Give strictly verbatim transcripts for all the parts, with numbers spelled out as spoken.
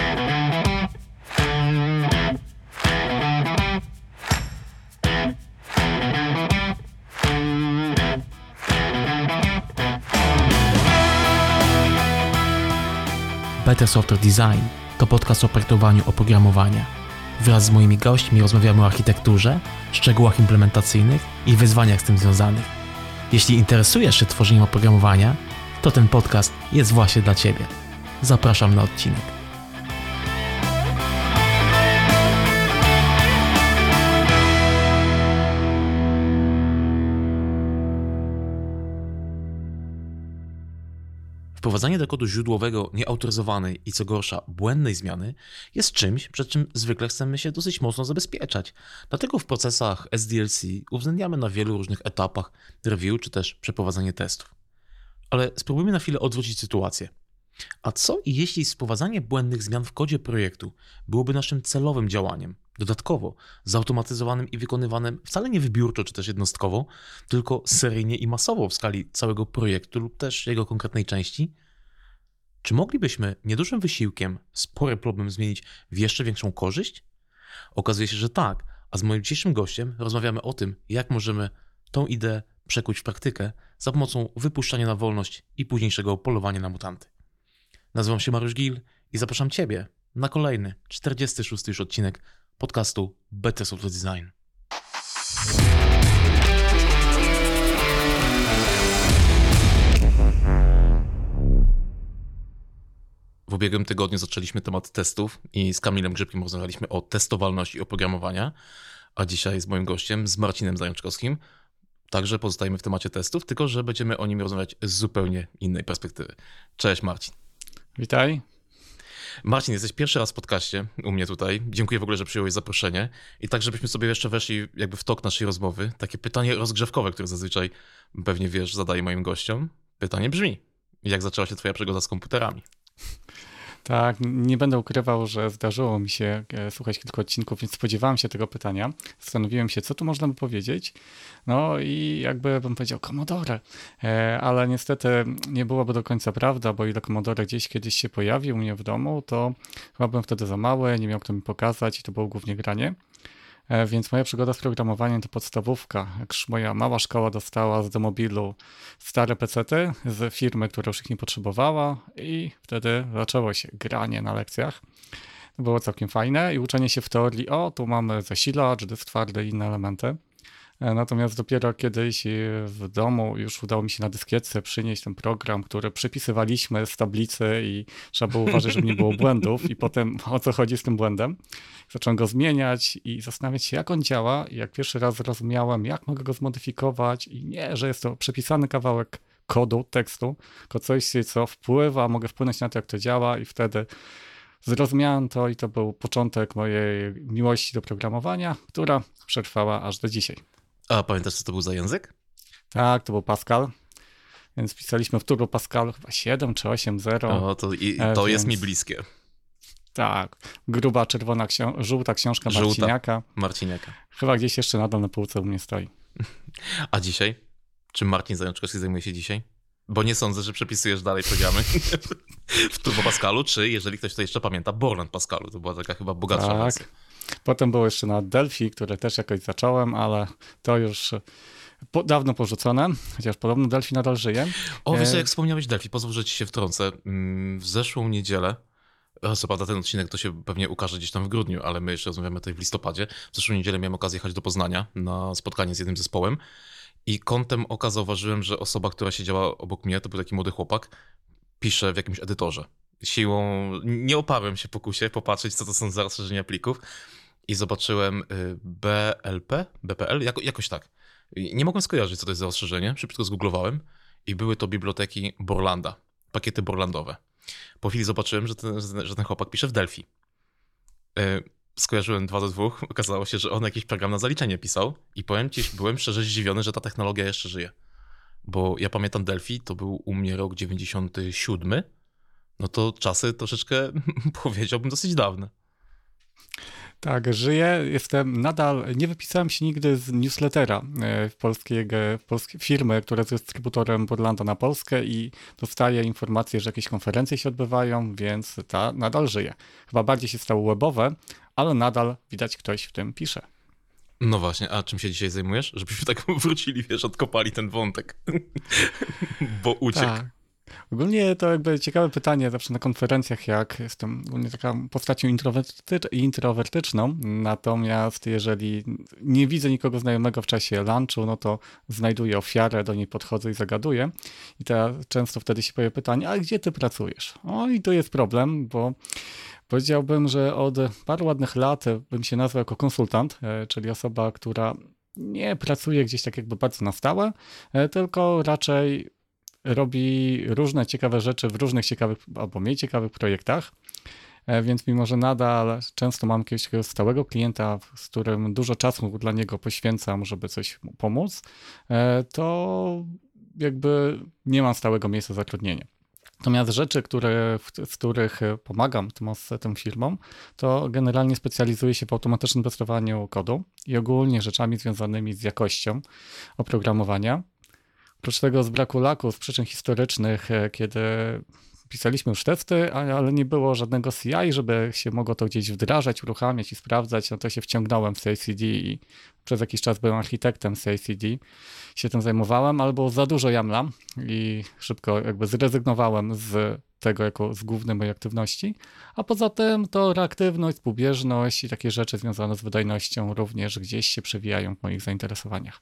Better Software Design to podcast o projektowaniu oprogramowania. Wraz z moimi gośćmi rozmawiamy o architekturze, szczegółach implementacyjnych i wyzwaniach z tym związanych. Jeśli interesujesz się tworzeniem oprogramowania, to ten podcast jest właśnie dla Ciebie. Zapraszam na odcinek. Wprowadzanie do kodu źródłowego nieautoryzowanej i co gorsza błędnej zmiany jest czymś, przed czym zwykle chcemy się dosyć mocno zabezpieczać. Dlatego w procesach S D L C uwzględniamy na wielu różnych etapach review czy też przeprowadzanie testów. Ale spróbujmy na chwilę odwrócić sytuację. A co jeśli wprowadzanie błędnych zmian w kodzie projektu byłoby naszym celowym działaniem, dodatkowo zautomatyzowanym i wykonywanym wcale nie wybiórczo czy też jednostkowo, tylko seryjnie i masowo w skali całego projektu lub też jego konkretnej części? Czy moglibyśmy niedużym wysiłkiem spory problem zmienić w jeszcze większą korzyść? Okazuje się, że tak, a z moim dzisiejszym gościem rozmawiamy o tym, jak możemy tą ideę przekuć w praktykę za pomocą wypuszczania na wolność i późniejszego polowania na mutanty. Nazywam się Mariusz Gil i zapraszam Ciebie na kolejny, czterdziesty szósty już odcinek podcastu Better Software Design. W ubiegłym tygodniu zaczęliśmy temat testów i z Kamilem Grzybkiem rozmawialiśmy o testowalności oprogramowania, a dzisiaj z moim gościem, z Marcinem Zajączkowskim, także pozostajemy w temacie testów, tylko że będziemy o nim rozmawiać z zupełnie innej perspektywy. Cześć Marcin. Witaj. Marcin, jesteś pierwszy raz w podcaście u mnie tutaj. Dziękuję w ogóle, że przyjąłeś zaproszenie. I tak, żebyśmy sobie jeszcze weszli jakby w tok naszej rozmowy, takie pytanie rozgrzewkowe, które zazwyczaj, pewnie wiesz, zadaję moim gościom. Pytanie brzmi, jak zaczęła się twoja przygoda z komputerami? Tak, nie będę ukrywał, że zdarzyło mi się słuchać kilku odcinków, więc spodziewałem się tego pytania. Zastanowiłem się, co tu można by powiedzieć. No i jakby bym powiedział Commodore, ale niestety nie byłoby do końca prawda, bo ile Commodore gdzieś kiedyś się pojawił u mnie w domu, to chyba byłem wtedy za mały, nie miał kto mi pokazać i to było głównie granie. Więc moja przygoda z programowaniem to podstawówka. Jak już moja mała szkoła dostała z Demobilu stare pecety z firmy, która już ich nie potrzebowała i wtedy zaczęło się granie na lekcjach. To było całkiem fajne i uczenie się w teorii, o tu mamy zasilacz, dysk twardy i inne elementy. Natomiast dopiero kiedyś w domu już udało mi się na dyskietce przynieść ten program, który przypisywaliśmy z tablicy i trzeba było uważać, żeby nie było błędów i potem o co chodzi z tym błędem. Zacząłem go zmieniać i zastanawiać się, jak on działa i jak pierwszy raz zrozumiałem, jak mogę go zmodyfikować i nie, że jest to przepisany kawałek kodu, tekstu, tylko coś, co wpływa, mogę wpłynąć na to, jak to działa i wtedy zrozumiałem to i to był początek mojej miłości do programowania, która przetrwała aż do dzisiaj. A pamiętasz, co to był za język? Tak, to był Pascal, więc pisaliśmy w Turbo Pascalu chyba siedem czy osiem zero. O, to i, to więc... jest mi bliskie. Tak, gruba, czerwona, ksią- żółta książka żółta Marciniaka. Marciniaka. Chyba gdzieś jeszcze nadal na półce u mnie stoi. A dzisiaj? Czym Marcin Zajączkowski zajmuje się dzisiaj? Bo nie sądzę, że przepisujesz dalej programy w Turbo Pascalu, czy jeżeli ktoś to jeszcze pamięta, Borland Pascalu. To była taka chyba bogatsza tak. wersja. Potem było jeszcze na Delphi, które też jakoś zacząłem, ale to już po, dawno porzucone, chociaż podobno Delphi nadal żyje. O, wiesz, jak wspomniałeś Delphi, pozwól, że ci się wtrącę. W zeszłą niedzielę, co prawda ten odcinek to się pewnie ukaże gdzieś tam w grudniu, ale my jeszcze rozmawiamy tutaj w listopadzie. W zeszłą niedzielę miałem okazję jechać do Poznania na spotkanie z jednym zespołem i kątem oka zauważyłem, że osoba, która siedziała obok mnie, to był taki młody chłopak, pisze w jakimś edytorze. Siłą nie oparłem się pokusie popatrzeć, co to są za rozszerzenia plików i zobaczyłem B L P, B P L, jako, jakoś tak. Nie mogłem skojarzyć, co to jest za rozszerzenie, szybko zgooglowałem i były to biblioteki Borlanda, pakiety borlandowe. Po chwili zobaczyłem, że ten, że ten chłopak pisze w Delphi. Skojarzyłem dwa do dwóch, okazało się, że on jakiś program na zaliczenie pisał i powiem ci, byłem szczerze zdziwiony, że ta technologia jeszcze żyje. Bo ja pamiętam Delphi, to był u mnie rok dziewięćdziesiąty siódmy, no to czasy troszeczkę powiedziałbym dosyć dawne. Tak, żyję, jestem nadal, nie wypisałem się nigdy z newslettera e, w polskiej, w polskiej firmy, która jest dystrybutorem Borlanda na Polskę i dostaję informacje, że jakieś konferencje się odbywają, więc ta nadal żyje. Chyba bardziej się stało webowe, ale nadal widać ktoś w tym pisze. No właśnie, a czym się dzisiaj zajmujesz? Żebyśmy tak wrócili, wiesz, odkopali ten wątek, bo uciekł. Tak. Ogólnie to jakby ciekawe pytanie zawsze na konferencjach, jak jestem ogólnie taką postacią introwerty introwertyczną, natomiast jeżeli nie widzę nikogo znajomego w czasie lunchu, no to znajduję ofiarę, do niej podchodzę i zagaduję. I teraz często wtedy się pojawia pytanie, a gdzie ty pracujesz? O i tu jest problem, bo powiedziałbym, że od paru ładnych lat bym się nazwał jako konsultant, czyli osoba, która nie pracuje gdzieś tak jakby bardzo na stałe, tylko raczej robi różne ciekawe rzeczy w różnych ciekawych albo mniej ciekawych projektach, więc mimo, że nadal często mam jakiegoś stałego klienta, z którym dużo czasu dla niego poświęcam, żeby coś mu pomóc, to jakby nie mam stałego miejsca zatrudnienia. Natomiast rzeczy, które, z których pomagam tym, tym firmom, to generalnie specjalizuję się w automatycznym testowaniu kodu i ogólnie rzeczami związanymi z jakością oprogramowania. Oprócz tego z braku laku, z przyczyn historycznych, kiedy pisaliśmy już testy, ale nie było żadnego C I, żeby się mogło to gdzieś wdrażać, uruchamiać i sprawdzać, no to się wciągnąłem w C I C D i przez jakiś czas byłem architektem C I C D, się tym zajmowałem, albo za dużo jamla i szybko jakby zrezygnowałem z tego jako z głównej mojej aktywności, a poza tym to reaktywność, współbieżność i takie rzeczy związane z wydajnością również gdzieś się przewijają w moich zainteresowaniach.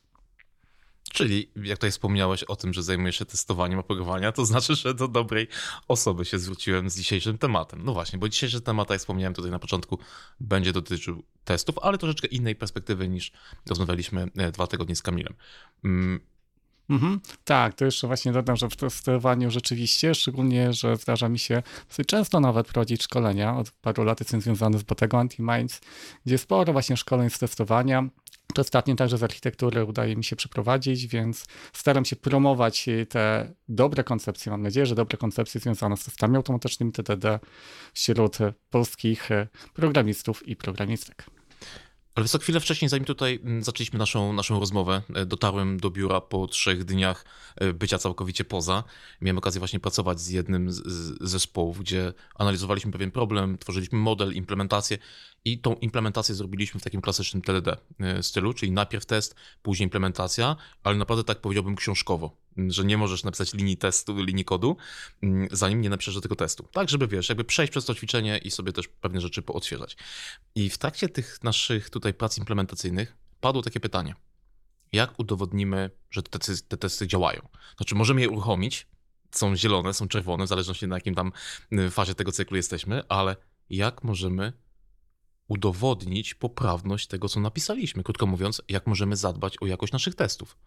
Czyli jak tutaj wspomniałeś o tym, że zajmujesz się testowaniem oprogramowania, to znaczy, że do dobrej osoby się zwróciłem z dzisiejszym tematem. No właśnie, bo dzisiejszy temat, jak wspomniałem tutaj na początku, będzie dotyczył testów, ale troszeczkę innej perspektywy niż rozmawialiśmy dwa tygodnie z Kamilem. Mm. Mhm, tak, to jeszcze właśnie dodam, że w testowaniu rzeczywiście, szczególnie, że zdarza mi się dosyć często nawet prowadzić szkolenia. Od paru lat jestem związany z Bottego Anti-Mainz, gdzie sporo właśnie szkoleń z testowania. To ostatnio także z architektury udaje mi się przeprowadzić, więc staram się promować te dobre koncepcje, mam nadzieję, że dobre koncepcje związane z testami automatycznymi T T D wśród polskich programistów i programistek. Ale wiesz co, chwilę wcześniej, zanim tutaj zaczęliśmy naszą, naszą rozmowę, dotarłem do biura po trzech dniach bycia całkowicie poza. Miałem okazję właśnie pracować z jednym z, z zespołów, gdzie analizowaliśmy pewien problem, tworzyliśmy model, implementację i tą implementację zrobiliśmy w takim klasycznym T D D stylu, czyli najpierw test, później implementacja, ale naprawdę tak powiedziałbym książkowo, że nie możesz napisać linii testu, linii kodu, zanim nie napiszesz do tego testu. Tak, żeby wiesz, jakby przejść przez to ćwiczenie i sobie też pewne rzeczy poodświeżać. I w trakcie tych naszych tutaj prac implementacyjnych padło takie pytanie. Jak udowodnimy, że te testy, te testy działają? Znaczy, możemy je uruchomić, są zielone, są czerwone, w zależności na jakim tam fazie tego cyklu jesteśmy, ale jak możemy udowodnić poprawność tego, co napisaliśmy? Krótko mówiąc, jak możemy zadbać o jakość naszych testów?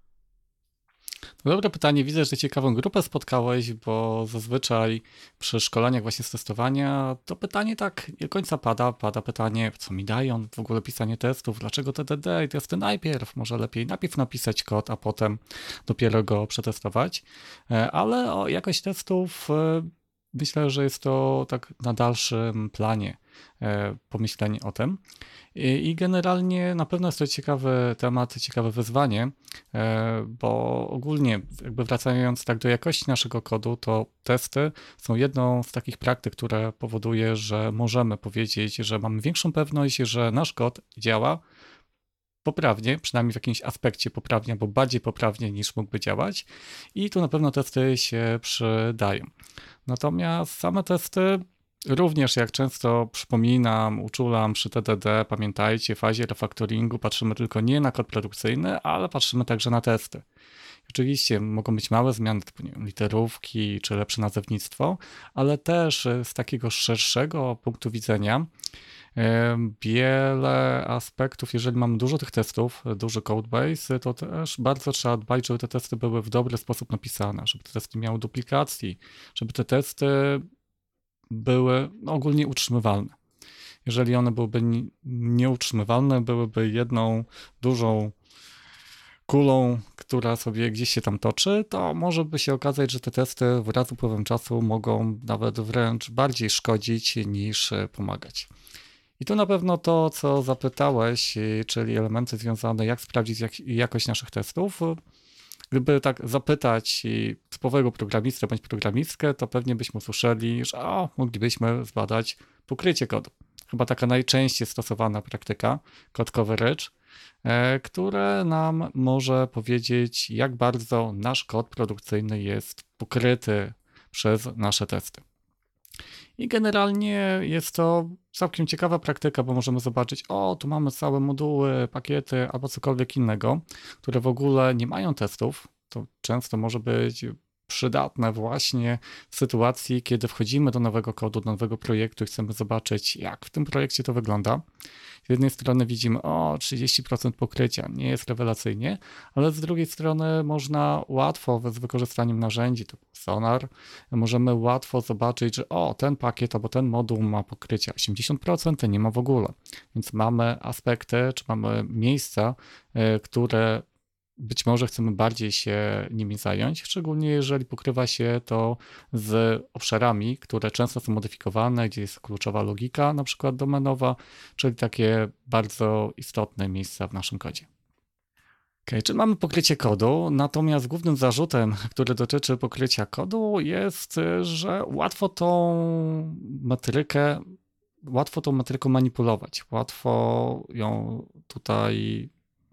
Dobre pytanie. Widzę, że ciekawą grupę spotkałeś, bo zazwyczaj przy szkoleniach właśnie z testowania to pytanie tak nie do końca pada. Pada pytanie, co mi dają w ogóle pisanie testów, dlaczego T D D i testy najpierw? Może lepiej najpierw napisać kod, a potem dopiero go przetestować. Ale o jakość testów myślę, że jest to tak na dalszym planie pomyślenie o tym. I generalnie na pewno jest to ciekawy temat, ciekawe wyzwanie, bo ogólnie jakby wracając tak do jakości naszego kodu, to testy są jedną z takich praktyk, które powoduje, że możemy powiedzieć, że mamy większą pewność, że nasz kod działa poprawnie, przynajmniej w jakimś aspekcie poprawnie, albo bardziej poprawnie niż mógłby działać i tu na pewno testy się przydają. Natomiast same testy również, jak często przypominam, uczulam przy T D D, pamiętajcie, w fazie refaktoringu patrzymy tylko nie na kod produkcyjny, ale patrzymy także na testy. Oczywiście mogą być małe zmiany, typu nie wiem, literówki czy lepsze nazewnictwo, ale też z takiego szerszego punktu widzenia wiele aspektów, jeżeli mamy dużo tych testów, duży codebase, to też bardzo trzeba dbać, żeby te testy były w dobry sposób napisane, żeby te testy miały duplikacji, żeby te testy były ogólnie utrzymywalne. Jeżeli one byłyby nieutrzymywalne, byłyby jedną dużą kulą, która sobie gdzieś się tam toczy, to może by się okazać, że te testy wraz z upływem czasu mogą nawet wręcz bardziej szkodzić niż pomagać. I tu na pewno to, co zapytałeś, czyli elementy związane, jak sprawdzić jak, jakość naszych testów. Gdyby tak zapytać typowego programistę bądź programistkę, to pewnie byśmy usłyszeli, że o, moglibyśmy zbadać pokrycie kodu. Chyba taka najczęściej stosowana praktyka, code coverage, które nam może powiedzieć, jak bardzo nasz kod produkcyjny jest pokryty przez nasze testy. I generalnie jest to całkiem ciekawa praktyka, bo możemy zobaczyć, o, tu mamy całe moduły, pakiety albo cokolwiek innego, które w ogóle nie mają testów. To często może być przydatne właśnie w sytuacji, kiedy wchodzimy do nowego kodu, do nowego projektu i chcemy zobaczyć, jak w tym projekcie to wygląda. Z jednej strony widzimy, o, trzydzieści procent pokrycia, nie jest rewelacyjnie, ale z drugiej strony można łatwo z wykorzystaniem narzędzi typu Sonar, możemy łatwo zobaczyć, że o, ten pakiet albo ten moduł ma pokrycie osiemdziesiąt procent, ten nie ma w ogóle. Więc mamy aspekty, czy mamy miejsca, które być może chcemy bardziej się nimi zająć, szczególnie jeżeli pokrywa się to z obszarami, które często są modyfikowane, gdzie jest kluczowa logika, na przykład domenowa, czyli takie bardzo istotne miejsca w naszym kodzie. Okay, czyli mamy pokrycie kodu, natomiast głównym zarzutem, który dotyczy pokrycia kodu, jest, że łatwo tą metrykę, łatwo tą metryką manipulować, łatwo ją tutaj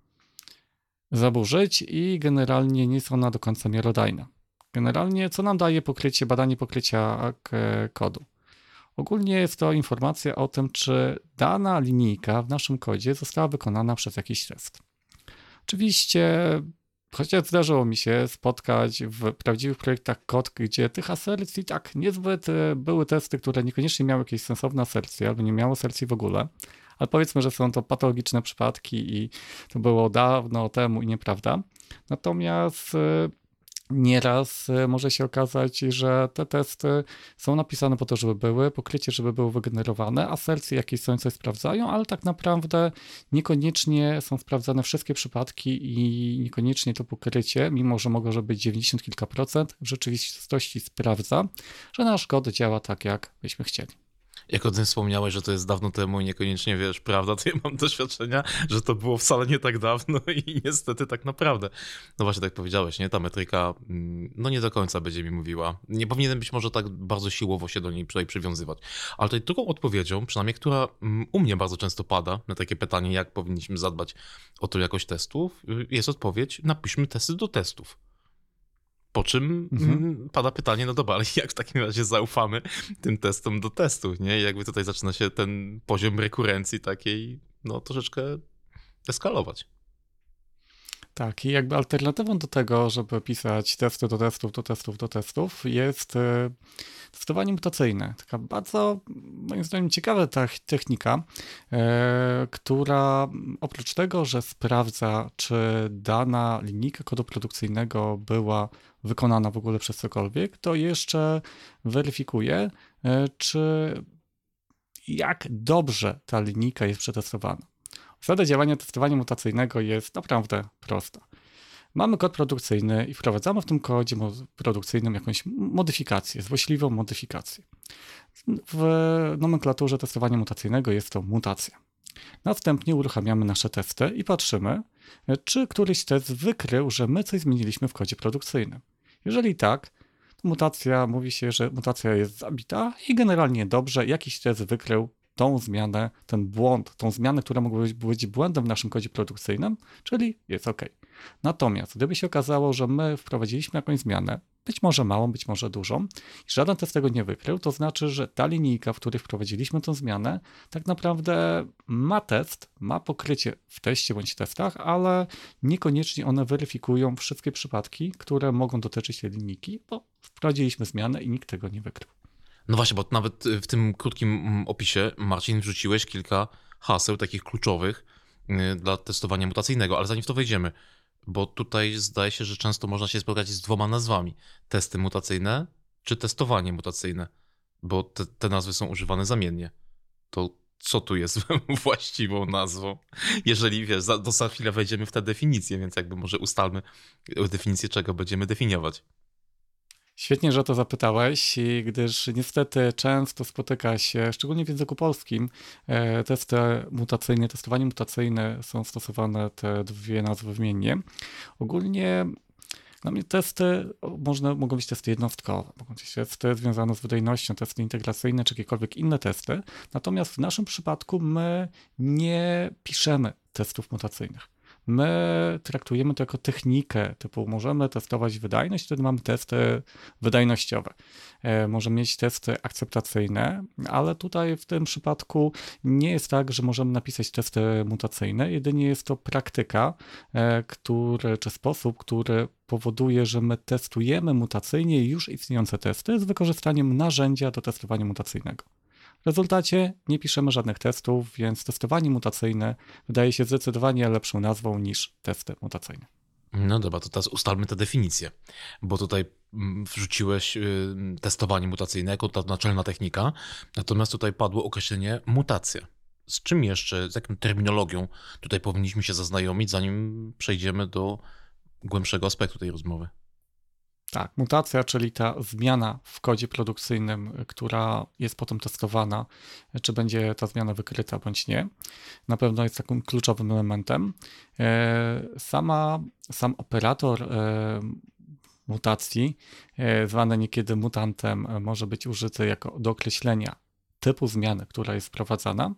zaburzyć i generalnie nie jest ona do końca miarodajna. Generalnie co nam daje pokrycie, badanie pokrycia kodu? Ogólnie jest to informacja o tym, czy dana linijka w naszym kodzie została wykonana przez jakiś test. Oczywiście, chociaż zdarzyło mi się spotkać w prawdziwych projektach kod, gdzie tych asercji tak niezbyt były testy, które niekoniecznie miały jakieś sensowne asercje albo nie miały asercji w ogóle, ale powiedzmy, że są to patologiczne przypadki i to było dawno temu i nieprawda. Natomiast nieraz może się okazać, że te testy są napisane po to, żeby były, pokrycie, żeby było wygenerowane, asercje jakieś są, coś sprawdzają, ale tak naprawdę niekoniecznie są sprawdzane wszystkie przypadki i niekoniecznie to pokrycie, mimo że mogło być dziewięćdziesiąt kilka procent, w rzeczywistości sprawdza, że nasz kod działa tak, jak byśmy chcieli. Jak o tym wspomniałeś, że to jest dawno temu i niekoniecznie wiesz, prawda, to ja mam doświadczenia, że to było wcale nie tak dawno i niestety tak naprawdę. No właśnie tak powiedziałeś, nie? Ta metryka no nie do końca będzie mi mówiła. Nie powinienem być może tak bardzo siłowo się do niej tutaj przywiązywać. Ale tutaj drugą odpowiedzią, przynajmniej która u mnie bardzo często pada na takie pytanie, jak powinniśmy zadbać o tą jakość testów, jest odpowiedź, napiszmy testy do testów. Po czym mhm. pada pytanie, no dobra, ale jak w takim razie zaufamy tym testom do testów, nie? I jakby tutaj zaczyna się ten poziom rekurencji takiej, no troszeczkę eskalować. Tak, i jakby alternatywą do tego, żeby pisać testy do testów, do testów, do testów, jest testowanie mutacyjne. Taka bardzo, moim zdaniem, ciekawa technika, która oprócz tego, że sprawdza, czy dana linijka kodu produkcyjnego była wykonana w ogóle przez cokolwiek, to jeszcze weryfikuje, czy jak dobrze ta linijka jest przetestowana. Zasada działania testowania mutacyjnego jest naprawdę prosta. Mamy kod produkcyjny i wprowadzamy w tym kodzie produkcyjnym jakąś modyfikację, złośliwą modyfikację. W nomenklaturze testowania mutacyjnego jest to mutacja. Następnie uruchamiamy nasze testy i patrzymy, czy któryś test wykrył, że my coś zmieniliśmy w kodzie produkcyjnym. Jeżeli tak, to mutacja mówi się, że mutacja jest zabita i generalnie dobrze jakiś test wykrył tą zmianę, ten błąd, tą zmianę, która mogła być, być błędem w naszym kodzie produkcyjnym, czyli jest OK. Natomiast gdyby się okazało, że my wprowadziliśmy jakąś zmianę, być może małą, być może dużą, i żaden test tego nie wykrył, to znaczy, że ta linijka, w której wprowadziliśmy tę zmianę, tak naprawdę ma test, ma pokrycie w teście bądź testach, ale niekoniecznie one weryfikują wszystkie przypadki, które mogą dotyczyć tej linijki, bo wprowadziliśmy zmianę i nikt tego nie wykrył. No właśnie, bo nawet w tym krótkim opisie, Marcin, wrzuciłeś kilka haseł takich kluczowych dla testowania mutacyjnego, ale zanim w to wejdziemy, bo tutaj zdaje się, że często można się spotkać z dwoma nazwami. Testy mutacyjne czy testowanie mutacyjne, bo te, te nazwy są używane zamiennie. To co tu jest właściwą nazwą? Jeżeli, wiesz, za, to za chwilę wejdziemy w tę definicję, więc jakby może ustalmy definicję, czego będziemy definiować. Świetnie, że o to zapytałeś, i gdyż niestety często spotyka się, szczególnie w języku polskim, e, testy mutacyjne, testowanie mutacyjne, są stosowane te dwie nazwy wymiennie. Ogólnie dla mnie testy, można, mogą być testy jednostkowe, mogą być testy związane z wydajnością, testy integracyjne czy jakiekolwiek inne testy. Natomiast w naszym przypadku my nie piszemy testów mutacyjnych. My traktujemy to jako technikę, typu możemy testować wydajność, wtedy mamy testy wydajnościowe. E, możemy mieć testy akceptacyjne, ale tutaj w tym przypadku nie jest tak, że możemy napisać testy mutacyjne, jedynie jest to praktyka, e, który, czy sposób, który powoduje, że my testujemy mutacyjnie już istniejące testy z wykorzystaniem narzędzia do testowania mutacyjnego. W rezultacie nie piszemy żadnych testów, więc testowanie mutacyjne wydaje się zdecydowanie lepszą nazwą niż testy mutacyjne. No dobra, to teraz ustalmy tę definicję, bo tutaj wrzuciłeś testowanie mutacyjne jako ta naczelna technika, natomiast tutaj padło określenie mutacja. Z czym jeszcze, z jaką terminologią tutaj powinniśmy się zaznajomić, zanim przejdziemy do głębszego aspektu tej rozmowy? Tak, mutacja, czyli ta zmiana w kodzie produkcyjnym, która jest potem testowana, czy będzie ta zmiana wykryta bądź nie, na pewno jest takim kluczowym elementem. Sama, sam operator mutacji, zwany niekiedy mutantem, może być użyty jako do określenia typu zmiany, która jest wprowadzana,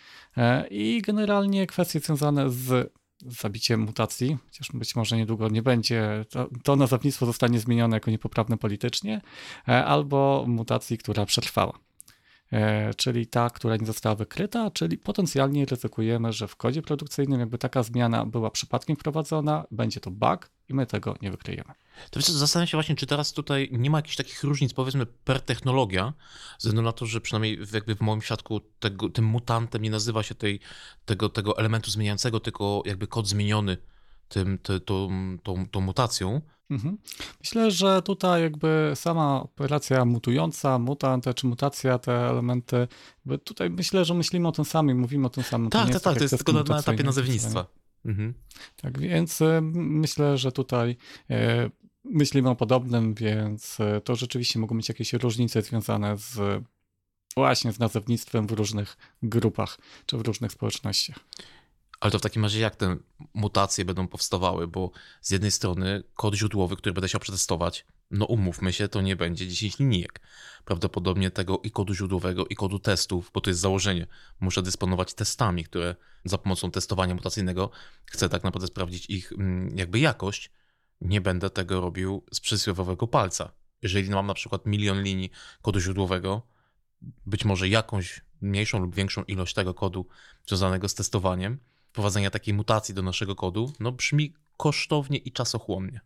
i generalnie kwestie związane z zabiciem mutacji, chociaż być może niedługo nie będzie, to, to nazewnictwo zostanie zmienione jako niepoprawne politycznie, albo mutacji, która przetrwała, czyli ta, która nie została wykryta, czyli potencjalnie ryzykujemy, że w kodzie produkcyjnym jakby taka zmiana była przypadkiem wprowadzona, będzie to bug i my tego nie wykryjemy. To wiesz, zastanawiam się właśnie, czy teraz tutaj nie ma jakichś takich różnic, powiedzmy, per technologia, ze względu na to, że przynajmniej jakby w moim świadku tego, tym mutantem nie nazywa się tej, tego, tego elementu zmieniającego, tylko jakby kod zmieniony tym, ty, tą, tą, tą mutacją. Mhm. Myślę, że tutaj jakby sama operacja mutująca, mutant czy mutacja, te elementy, bo tutaj myślę, że myślimy o tym samym, mówimy o tym samym. Tak, to tak, tak, to jest tylko na, na etapie nazewnictwa. Mhm. Tak więc y, myślę, że tutaj y, myślimy o podobnym, więc y, to rzeczywiście mogą być jakieś różnice związane z właśnie z nazewnictwem w różnych grupach czy w różnych społecznościach. Ale to w takim razie jak te mutacje będą powstawały? Bo z jednej strony kod źródłowy, który będę chciał przetestować, no umówmy się, to nie będzie dziesięć linijek. Prawdopodobnie tego i kodu źródłowego, i kodu testów, bo to jest założenie. Muszę dysponować testami, które za pomocą testowania mutacyjnego chcę tak naprawdę sprawdzić ich jakby jakość. Nie będę tego robił z przysłowiowego palca. Jeżeli mam na przykład milion linii kodu źródłowego, być może jakąś mniejszą lub większą ilość tego kodu związanego z testowaniem, wprowadzenia takiej mutacji do naszego kodu, no brzmi kosztownie i czasochłonnie.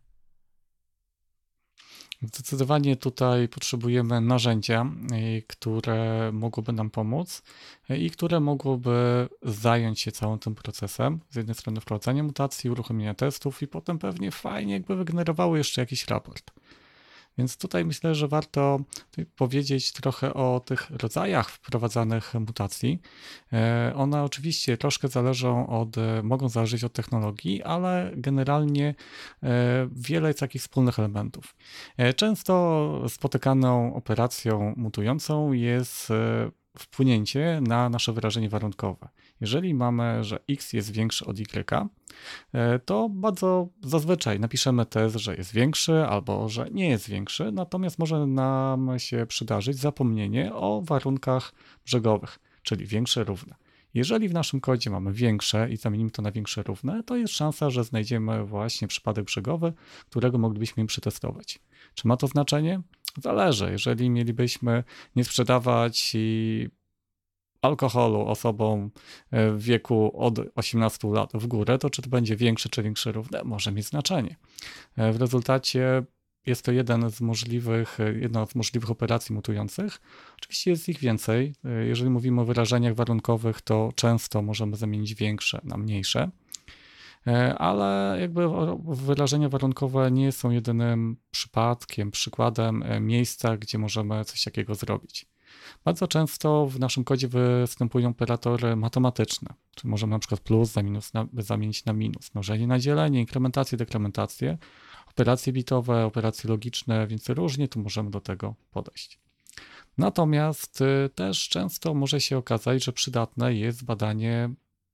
Zdecydowanie tutaj potrzebujemy narzędzia, które mogłyby nam pomóc i które mogłyby zająć się całym tym procesem. Z jednej strony wprowadzenia mutacji, uruchomienia testów i potem pewnie fajnie jakby wygenerowały jeszcze jakiś raport. Więc tutaj myślę, że warto powiedzieć trochę o tych rodzajach wprowadzanych mutacji. One oczywiście troszkę zależą od, mogą zależeć od technologii, ale generalnie wiele jest takich wspólnych elementów. Często spotykaną operacją mutującą jest wpłynięcie na nasze wyrażenie warunkowe. Jeżeli mamy, że x jest większy od y, to bardzo zazwyczaj napiszemy test, że jest większy albo że nie jest większy, natomiast może nam się przydarzyć zapomnienie o warunkach brzegowych, czyli większe, równe. Jeżeli w naszym kodzie mamy większe i zamienimy to na większe, równe, to jest szansa, że znajdziemy właśnie przypadek brzegowy, którego moglibyśmy im przetestować. Czy ma to znaczenie? Zależy. Jeżeli mielibyśmy nie sprzedawać alkoholu osobom w wieku od osiemnastu lat w górę, to czy to będzie większe czy większe równe, może mieć znaczenie. W rezultacie jest to jeden z możliwych, jedna z możliwych operacji mutujących. Oczywiście jest ich więcej. Jeżeli mówimy o wyrażeniach warunkowych, to często możemy zamienić większe na mniejsze. Ale jakby wyrażenia warunkowe nie są jedynym przypadkiem, przykładem miejsca, gdzie możemy coś takiego zrobić. Bardzo często w naszym kodzie występują operatory matematyczne, czyli możemy na przykład plus za minus na, zamienić na minus, mnożenie na dzielenie, inkrementację, dekrementację. operacje bitowe, operacje logiczne, więc różnie tu możemy do tego podejść. Natomiast y, też często może się okazać, że przydatne jest badanie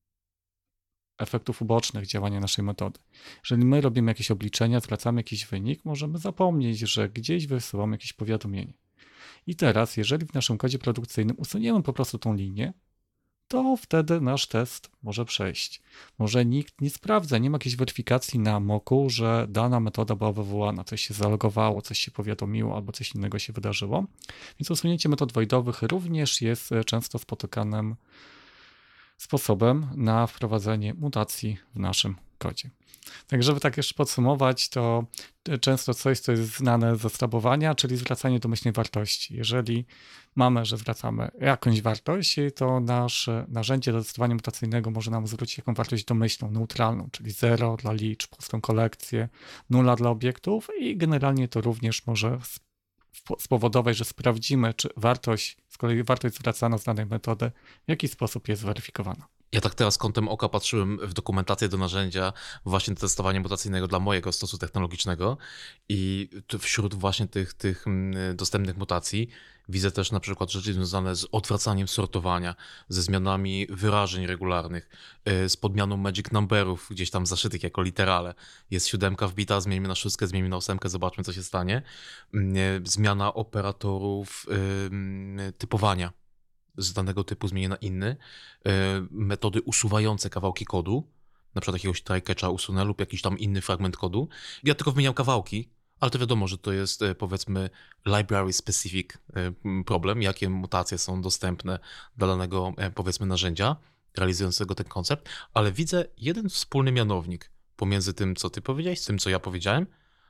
efektów ubocznych działania naszej metody. Jeżeli my robimy jakieś obliczenia, zwracamy jakiś wynik, możemy zapomnieć, że gdzieś wysyłamy jakieś powiadomienie. I teraz, jeżeli w naszym kodzie produkcyjnym usuniemy po prostu tą linię, to wtedy nasz test może przejść. Może nikt nie sprawdza, nie ma jakiejś weryfikacji na moku, że dana metoda była wywołana, coś się zalogowało, coś się powiadomiło albo coś innego się wydarzyło. Więc usunięcie metod voidowych również jest często spotykanym sposobem na wprowadzenie mutacji w naszym kodzie. Tak, żeby tak jeszcze podsumować, to często coś, co jest znane ze stabowania, czyli zwracanie domyślnej wartości. Jeżeli mamy, że zwracamy jakąś wartość, to nasze narzędzie do testowania mutacyjnego może nam zwrócić jaką wartość domyślną, neutralną, czyli zero dla liczb, pustą kolekcję, nula dla obiektów i generalnie to również może spowodować, że sprawdzimy, czy wartość, z kolei wartość zwracana z danej metody, w jaki sposób jest zweryfikowana. Ja tak teraz kątem oka patrzyłem w dokumentację do narzędzia właśnie do testowania mutacyjnego dla mojego stosu technologicznego i wśród właśnie tych, tych dostępnych mutacji widzę też na przykład rzeczy związane z odwracaniem sortowania, ze zmianami wyrażeń regularnych, z podmianą magic numberów gdzieś tam zaszytych jako literale. Jest siódemka wbita, zmienimy na szóstkę, zmienimy na ósemkę, zobaczmy co się stanie. Zmiana operatorów typowania z danego typu zmienię na inny, metody usuwające kawałki kodu, na przykład jakiegoś try-catcha usunę lub jakiś tam inny fragment kodu. Ja tylko wymieniam kawałki, ale to wiadomo, że to jest powiedzmy library specific problem, jakie mutacje są dostępne dla danego powiedzmy narzędzia realizującego ten koncept, ale widzę jeden wspólny mianownik pomiędzy tym, co ty powiedziałeś, z tym, co ja powiedziałem.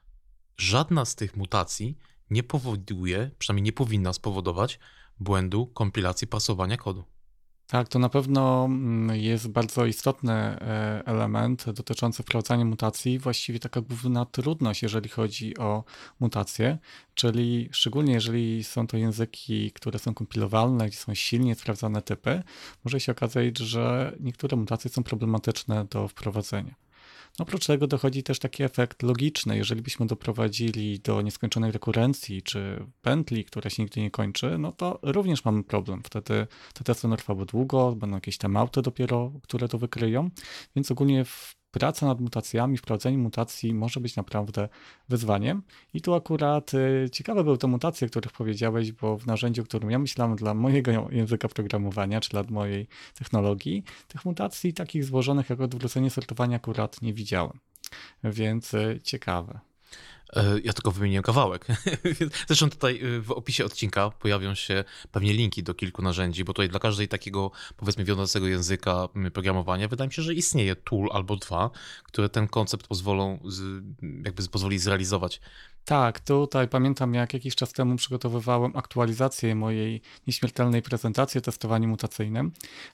Żadna z tych mutacji nie powoduje, przynajmniej nie powinna spowodować błędu kompilacji pasowania kodu. Tak, to na pewno jest bardzo istotny element dotyczący wprowadzania mutacji, właściwie taka główna trudność, jeżeli chodzi o mutacje, czyli szczególnie jeżeli są to języki, które są kompilowalne, gdzie są silnie sprawdzane typy, może się okazać, że niektóre mutacje są problematyczne do wprowadzenia. Oprócz tego dochodzi też taki efekt logiczny. Jeżeli byśmy doprowadzili do nieskończonej rekurencji czy pętli, która się nigdy nie kończy, no to również mamy problem. Wtedy te testy trwały długo, będą jakieś tam auty dopiero, które to wykryją, więc ogólnie w praca nad mutacjami, wprowadzenie mutacji może być naprawdę wyzwaniem. I tu akurat y, ciekawe były te mutacje, o których powiedziałeś, bo w narzędziu, o którym ja myślałem dla mojego języka programowania, czy dla mojej technologii, tych mutacji takich złożonych jak odwrócenie sortowania akurat nie widziałem. Więc y, ciekawe. Ja tylko wymieniłem kawałek. Zresztą tutaj w opisie odcinka pojawią się pewnie linki do kilku narzędzi, bo tutaj dla każdej takiego powiedzmy wiodącego języka programowania wydaje mi się, że istnieje tool albo dwa, które ten koncept pozwolą, jakby pozwoli zrealizować. Tak, tutaj pamiętam, jak jakiś czas temu przygotowywałem aktualizację mojej nieśmiertelnej prezentacji o testowaniu mutacyjnym,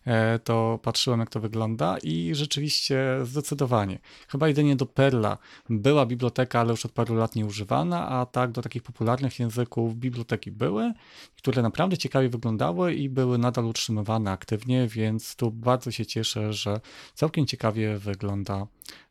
to patrzyłem, jak to wygląda i rzeczywiście zdecydowanie. Chyba jedynie do Perla była biblioteka, ale już od paru lat nieużywana, a tak do takich popularnych języków biblioteki były, które naprawdę ciekawie wyglądały i były nadal utrzymywane aktywnie, więc tu bardzo się cieszę, że całkiem ciekawie wygląda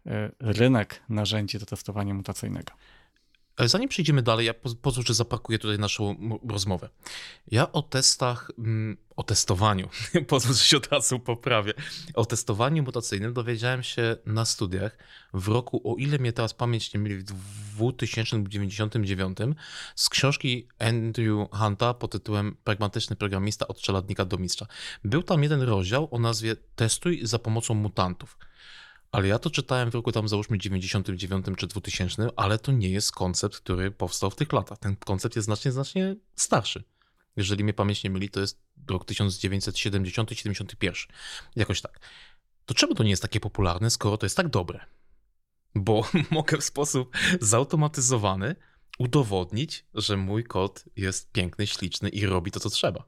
rynek narzędzi do testowania mutacyjnego. Zanim przejdziemy dalej, ja pozwól, że zapakuję tutaj naszą rozmowę. Ja o testach, o testowaniu, pozwól, że się od razu poprawię, o testowaniu mutacyjnym dowiedziałem się na studiach w roku, o ile mnie teraz pamięć nie myli, w dwa tysiące dziewięćdziesiątym dziewiątym z książki Andrew Hunta pod tytułem Pragmatyczny programista od czeladnika do mistrza. Był tam jeden rozdział o nazwie Testuj za pomocą mutantów. Ale ja to czytałem w roku tam załóżmy dziewięćdziesiątym dziewiątym czy dwutysięcznym, ale to nie jest koncept, który powstał w tych latach. Ten koncept jest znacznie, znacznie starszy. Jeżeli mnie pamięć nie myli, to jest rok tysiąc dziewięćset siedemdziesiąty siedemdziesiąty pierwszy. Jakoś tak. To czemu to nie jest takie popularne, skoro to jest tak dobre? Bo mogę w sposób zautomatyzowany udowodnić, że mój kod jest piękny, śliczny i robi to, co trzeba.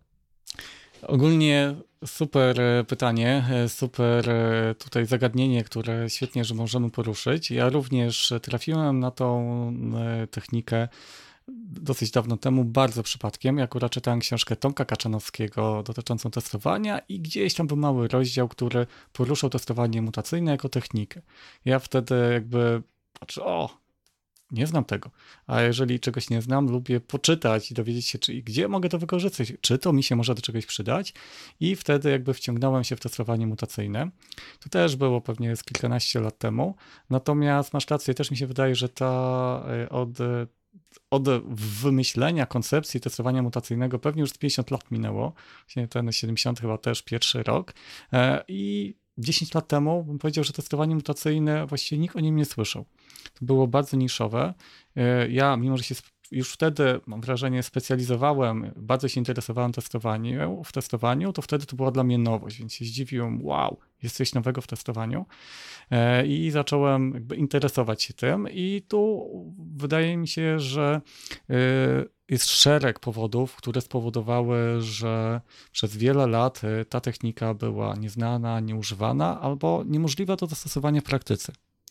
Ogólnie super pytanie, super tutaj zagadnienie, które świetnie, że możemy poruszyć. Ja również trafiłem na tą technikę dosyć dawno temu, bardzo przypadkiem. Ja akurat czytałem książkę Tomka Kaczanowskiego dotyczącą testowania i gdzieś tam był mały rozdział, który poruszał testowanie mutacyjne jako technikę. Ja wtedy jakby patrzę, o, Nie znam tego. A jeżeli czegoś nie znam, lubię poczytać i dowiedzieć się, czy, gdzie mogę to wykorzystać, czy to mi się może do czegoś przydać. I wtedy jakby wciągnąłem się w testowanie mutacyjne. To też było pewnie z kilkanaście lat temu. Natomiast masz rację, też mi się wydaje, że ta y, od, od wymyślenia koncepcji testowania mutacyjnego pewnie już z pięćdziesiąt lat minęło. Właśnie ten siedemdziesiąty chyba też pierwszy rok. E, I dziesięć lat temu bym powiedział, że testowanie mutacyjne właściwie nikt o nim nie słyszał. To było bardzo niszowe. Ja, mimo że się już wtedy, mam wrażenie, specjalizowałem, bardzo się interesowałem testowaniem, w testowaniu, to wtedy to była dla mnie nowość, więc się zdziwiłem, wow, jest coś nowego w testowaniu i zacząłem jakby interesować się tym i tu wydaje mi się, że jest szereg powodów, które spowodowały, że przez wiele lat ta technika była nieznana, nieużywana albo niemożliwa do zastosowania w praktyce.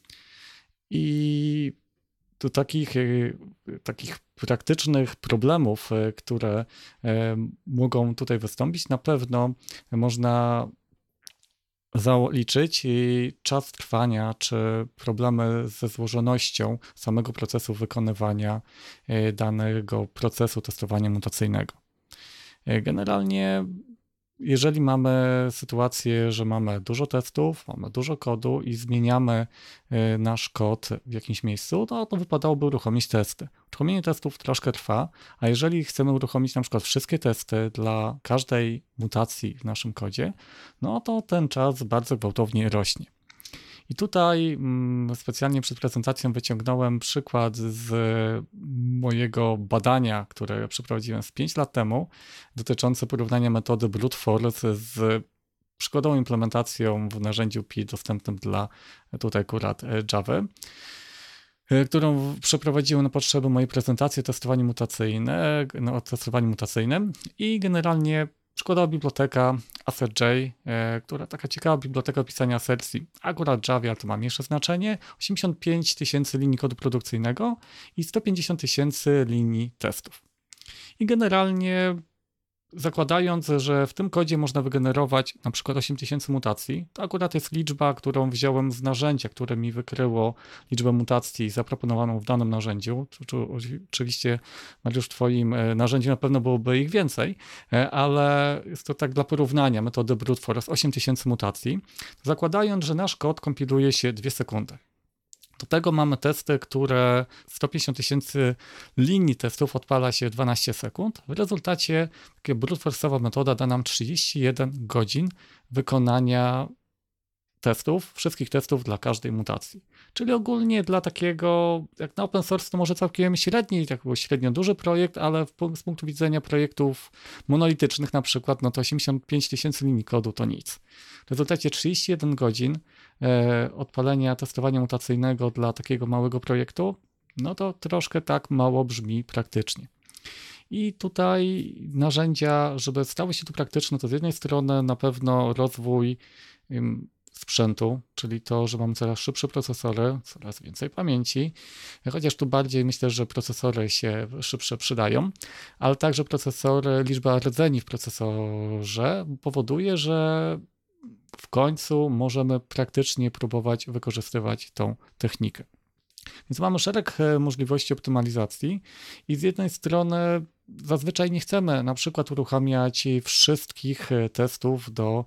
I do takich, takich praktycznych problemów, które mogą tutaj wystąpić, na pewno można zaliczyć czas trwania, czy problemy ze złożonością samego procesu wykonywania danego procesu testowania mutacyjnego. Generalnie jeżeli mamy sytuację, że mamy dużo testów, mamy dużo kodu i zmieniamy nasz kod w jakimś miejscu, to, to wypadałoby uruchomić testy. Uruchomienie testów troszkę trwa, a jeżeli chcemy uruchomić na przykład wszystkie testy dla każdej mutacji w naszym kodzie, no to ten czas bardzo gwałtownie rośnie. I tutaj specjalnie przed prezentacją wyciągnąłem przykład z mojego badania, które przeprowadziłem z pięć lat temu, dotyczące porównania metody brute force z przykładową implementacją w narzędziu P I dostępnym dla tutaj akurat Java, którą przeprowadziłem na potrzeby mojej prezentacji o testowaniu mutacyjnym, no, o testowaniu mutacyjnym i generalnie przykładowa biblioteka AssertJ, która taka ciekawa biblioteka pisania asercji. Akurat w Javie to ma mniejsze znaczenie, osiemdziesiąt pięć tysięcy linii kodu produkcyjnego i sto pięćdziesiąt tysięcy linii testów. I generalnie zakładając, że w tym kodzie można wygenerować na przykład osiem tysięcy mutacji, to akurat jest liczba, którą wziąłem z narzędzia, które mi wykryło liczbę mutacji zaproponowaną w danym narzędziu. Oczywiście, Mariusz, w twoim narzędziu na pewno byłoby ich więcej, ale jest to tak dla porównania metody brute force osiem tysięcy mutacji, zakładając, że nasz kod kompiluje się dwie sekundy. Do tego mamy testy, które sto pięćdziesiąt tysięcy linii testów odpala się w dwanaście sekund. W rezultacie taka brute force'owa metoda da nam trzydzieści jeden godzin wykonania testów, wszystkich testów dla każdej mutacji. Czyli ogólnie dla takiego, jak na open source to może całkiem średni, tak był średnio duży projekt, ale z punktu widzenia projektów monolitycznych na przykład, no to osiemdziesiąt pięć tysięcy linii kodu to nic. W rezultacie trzydzieści jeden godzin e, odpalenia testowania mutacyjnego dla takiego małego projektu, no to troszkę tak mało brzmi praktycznie. I tutaj narzędzia, żeby stały się tu praktyczne, to z jednej strony na pewno rozwój ym, sprzętu, czyli to, że mamy coraz szybsze procesory, coraz więcej pamięci, chociaż tu bardziej myślę, że procesory się szybsze przydają, ale także procesory, liczba rdzeni w procesorze powoduje, że w końcu możemy praktycznie próbować wykorzystywać tą technikę. Więc mamy szereg możliwości optymalizacji i z jednej strony zazwyczaj nie chcemy na przykład uruchamiać wszystkich testów do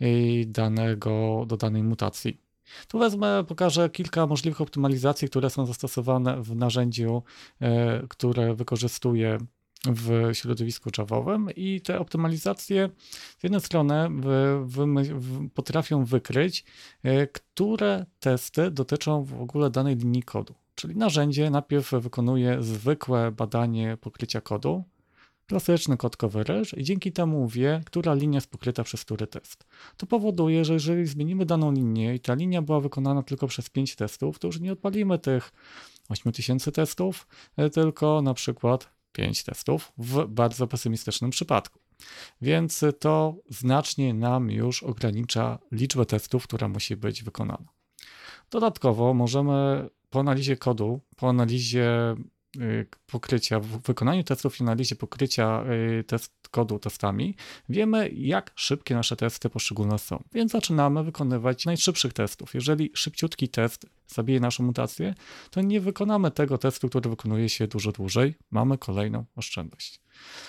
danego, do danej mutacji. Tu wezmę, pokażę kilka możliwych optymalizacji, które są zastosowane w narzędziu, które wykorzystuję w środowisku Javowym i te optymalizacje z jednej strony wy, wy, wy, potrafią wykryć, które testy dotyczą w ogóle danej linii kodu. Czyli narzędzie najpierw wykonuje zwykłe badanie pokrycia kodu, klasyczny kod coverage i dzięki temu wie, która linia jest pokryta przez który test. To powoduje, że jeżeli zmienimy daną linię i ta linia była wykonana tylko przez pięć testów, to już nie odpalimy tych osiem tysięcy testów, tylko na przykład pięć testów w bardzo pesymistycznym przypadku. Więc to znacznie nam już ogranicza liczbę testów, która musi być wykonana. Dodatkowo możemy po analizie kodu, po analizie pokrycia, w wykonaniu testów i analizie pokrycia test kodu testami, wiemy, jak szybkie nasze testy poszczególne są. Więc zaczynamy wykonywać najszybszych testów. Jeżeli szybciutki test zabije naszą mutację, to nie wykonamy tego testu, który wykonuje się dużo dłużej. Mamy kolejną oszczędność.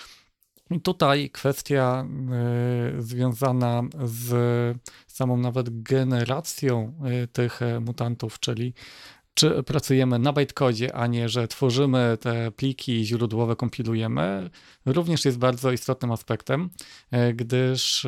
I tutaj kwestia y, związana z samą nawet generacją y, tych mutantów, czyli czy pracujemy na bytecodzie, a nie, że tworzymy te pliki źródłowe, kompilujemy, również jest bardzo istotnym aspektem, gdyż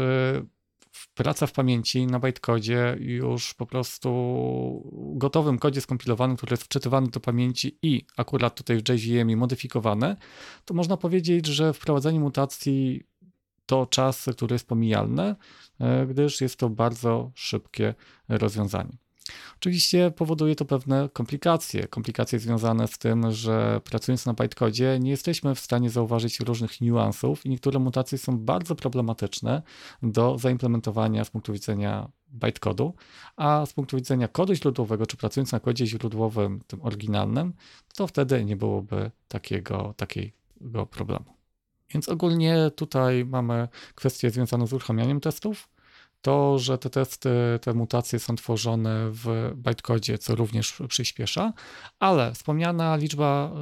praca w pamięci na bytecodzie już po prostu gotowym kodzie skompilowanym, który jest wczytywany do pamięci i akurat tutaj w J V M modyfikowany, to można powiedzieć, że wprowadzenie mutacji to czas, który jest pomijalny, gdyż jest to bardzo szybkie rozwiązanie. Oczywiście powoduje to pewne komplikacje. Komplikacje związane z tym, że pracując na bytecodzie nie jesteśmy w stanie zauważyć różnych niuansów i niektóre mutacje są bardzo problematyczne do zaimplementowania z punktu widzenia bytecodu, a z punktu widzenia kodu źródłowego, czy pracując na kodzie źródłowym, tym oryginalnym, to wtedy nie byłoby takiego, takiego problemu. Więc ogólnie tutaj mamy kwestię związaną z uruchamianiem testów. To, że te testy, te mutacje są tworzone w bytecodzie, co również przyspiesza, ale wspomniana liczba,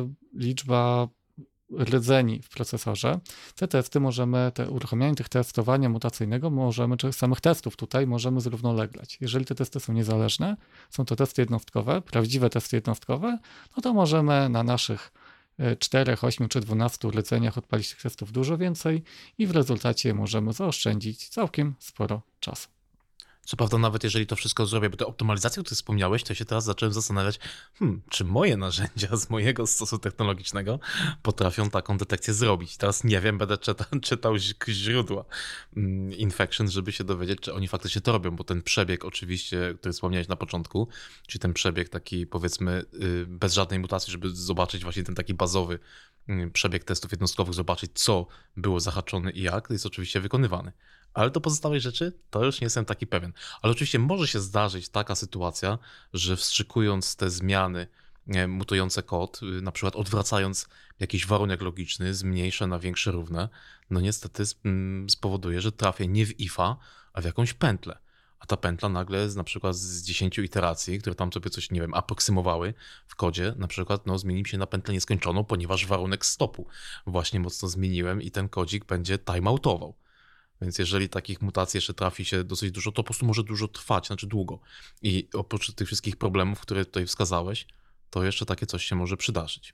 liczba rdzeni w procesorze, te testy możemy, te uruchamianie tych testowania mutacyjnego możemy, czy samych testów tutaj możemy zrównoleglać. Jeżeli te testy są niezależne, są to testy jednostkowe, prawdziwe testy jednostkowe, no to możemy na naszych czterech, ośmiu czy dwunastu rdzeniach odpalić tych testów dużo więcej i w rezultacie możemy zaoszczędzić całkiem sporo czasu. Co prawda, nawet jeżeli to wszystko zrobię, bo te optymalizacje, o których wspomniałeś, to się teraz zacząłem zastanawiać, hmm, czy moje narzędzia z mojego stosu technologicznego potrafią taką detekcję zrobić. Teraz nie wiem, będę czytał, czytał źródła infection, żeby się dowiedzieć, czy oni faktycznie to robią, bo ten przebieg oczywiście, który wspomniałeś na początku, czyli ten przebieg taki powiedzmy bez żadnej mutacji, żeby zobaczyć właśnie ten taki bazowy przebieg testów jednostkowych, zobaczyć co było zahaczone i jak, jest oczywiście wykonywany. Ale do pozostałej rzeczy to już nie jestem taki pewien. Ale oczywiście może się zdarzyć taka sytuacja, że wstrzykując te zmiany, mutujące kod, na przykład odwracając jakiś warunek logiczny, zmniejszę na większe równe, no niestety spowoduje, że trafię nie w ifa, a w jakąś pętlę. A ta pętla nagle z, na przykład z dziesięciu iteracji, które tam sobie coś, nie wiem, aproksymowały w kodzie, na przykład no, zmieni się na pętlę nieskończoną, ponieważ warunek stopu właśnie mocno zmieniłem i ten kodzik będzie timeoutował. Więc jeżeli takich mutacji jeszcze trafi się dosyć dużo, to po prostu może dużo trwać, znaczy długo. I oprócz tych wszystkich problemów, które tutaj wskazałeś, to jeszcze takie coś się może przydarzyć.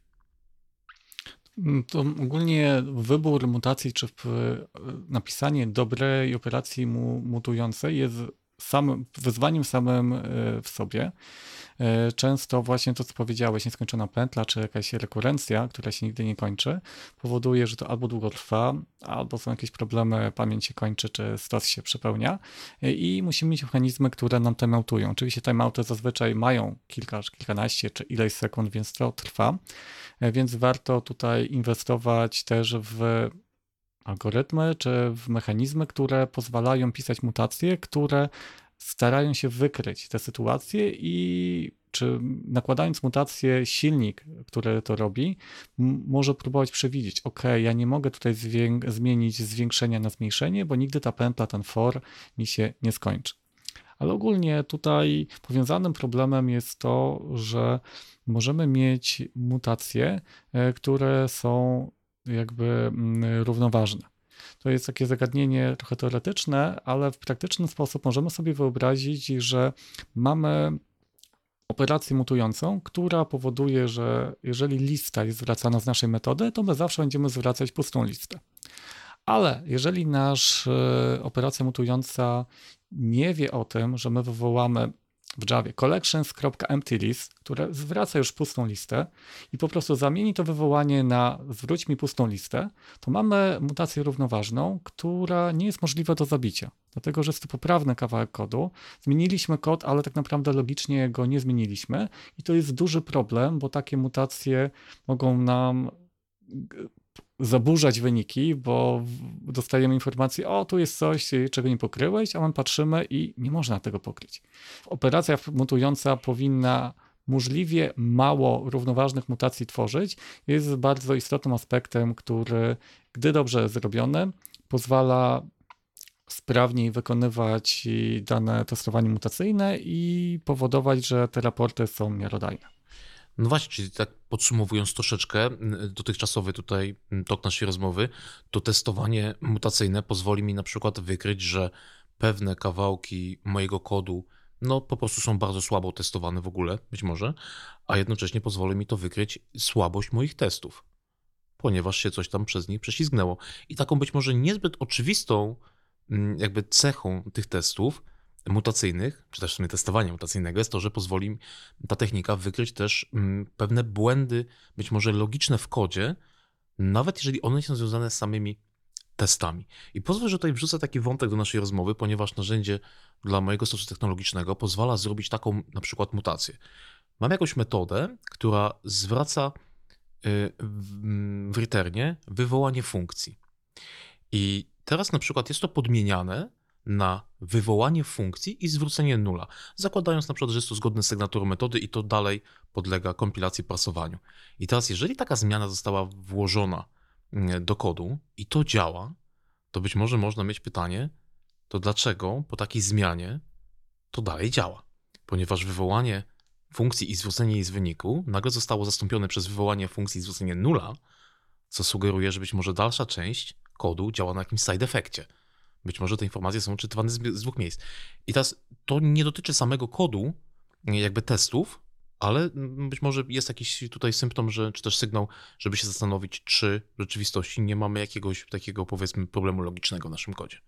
To ogólnie wybór mutacji, czy napisanie dobrej operacji mutującej jest samym, wyzwaniem samym w sobie. Często właśnie to, co powiedziałeś, nieskończona pętla, czy jakaś rekurencja, która się nigdy nie kończy, powoduje, że to albo długo trwa, albo są jakieś problemy, pamięć się kończy, czy stos się przepełnia i musimy mieć mechanizmy, które nam timeoutują. Oczywiście timeouty zazwyczaj mają kilka, kilkanaście, czy ileś sekund, więc to trwa, więc warto tutaj inwestować też w algorytmy, czy w mechanizmy, które pozwalają pisać mutacje, które starają się wykryć te sytuacje i czy nakładając mutację silnik, który to robi, m- może próbować przewidzieć, ok, ja nie mogę tutaj zwię- zmienić zwiększenia na zmniejszenie, bo nigdy ta pętla, ten for mi się nie skończy. Ale ogólnie tutaj powiązanym problemem jest to, że możemy mieć mutacje, które są jakby równoważne. To jest takie zagadnienie trochę teoretyczne, ale w praktyczny sposób możemy sobie wyobrazić, że mamy operację mutującą, która powoduje, że jeżeli lista jest zwracana z naszej metody, to my zawsze będziemy zwracać pustą listę. Ale jeżeli nasza operacja mutująca nie wie o tym, że my wywołamy w Javie collections.emptyList, które zwraca już pustą listę i po prostu zamieni to wywołanie na zwróć mi pustą listę, to mamy mutację równoważną, która nie jest możliwa do zabicia, dlatego że jest to poprawny kawałek kodu. Zmieniliśmy kod, ale tak naprawdę logicznie go nie zmieniliśmy i to jest duży problem, bo takie mutacje mogą nam zaburzać wyniki, bo dostajemy informację, o tu jest coś, czego nie pokryłeś, a my patrzymy i nie można tego pokryć. Operacja mutująca powinna możliwie mało równoważnych mutacji tworzyć, jest bardzo istotnym aspektem, który, gdy dobrze zrobiony, pozwala sprawniej wykonywać dane testowanie mutacyjne i powodować, że te raporty są miarodajne. No właśnie, czyli tak podsumowując troszeczkę dotychczasowy tutaj tok naszej rozmowy, to testowanie mutacyjne pozwoli mi na przykład wykryć, że pewne kawałki mojego kodu no po prostu są bardzo słabo testowane w ogóle, być może, a jednocześnie pozwoli mi to wykryć słabość moich testów, ponieważ się coś tam przez nich prześlizgnęło. I taką być może niezbyt oczywistą jakby cechą tych testów mutacyjnych, czy też w sumie testowania mutacyjnego jest to, że pozwoli ta technika wykryć też pewne błędy, być może logiczne w kodzie, nawet jeżeli one są związane z samymi testami. I pozwól, że tutaj wrzucę taki wątek do naszej rozmowy, ponieważ narzędzie dla mojego stosu technologicznego pozwala zrobić taką na przykład mutację. Mam jakąś metodę, która zwraca w returnie wywołanie funkcji. I teraz na przykład jest to podmieniane na wywołanie funkcji i zwrócenie nula, zakładając na przykład, że jest to zgodne z sygnaturą metody i to dalej podlega kompilacji, parsowaniu. I teraz jeżeli taka zmiana została włożona do kodu i to działa, to być może można mieć pytanie, to dlaczego po takiej zmianie to dalej działa? Ponieważ wywołanie funkcji i zwrócenie jej z wyniku nagle zostało zastąpione przez wywołanie funkcji i zwrócenie nula, co sugeruje, że być może dalsza część kodu działa na jakimś side efekcie. Być może te informacje są czytywane z, z dwóch miejsc. I teraz to nie dotyczy samego kodu, jakby testów, ale być może jest jakiś tutaj symptom, że, czy też sygnał, żeby się zastanowić, czy w rzeczywistości nie mamy jakiegoś takiego, powiedzmy, problemu logicznego w naszym kodzie.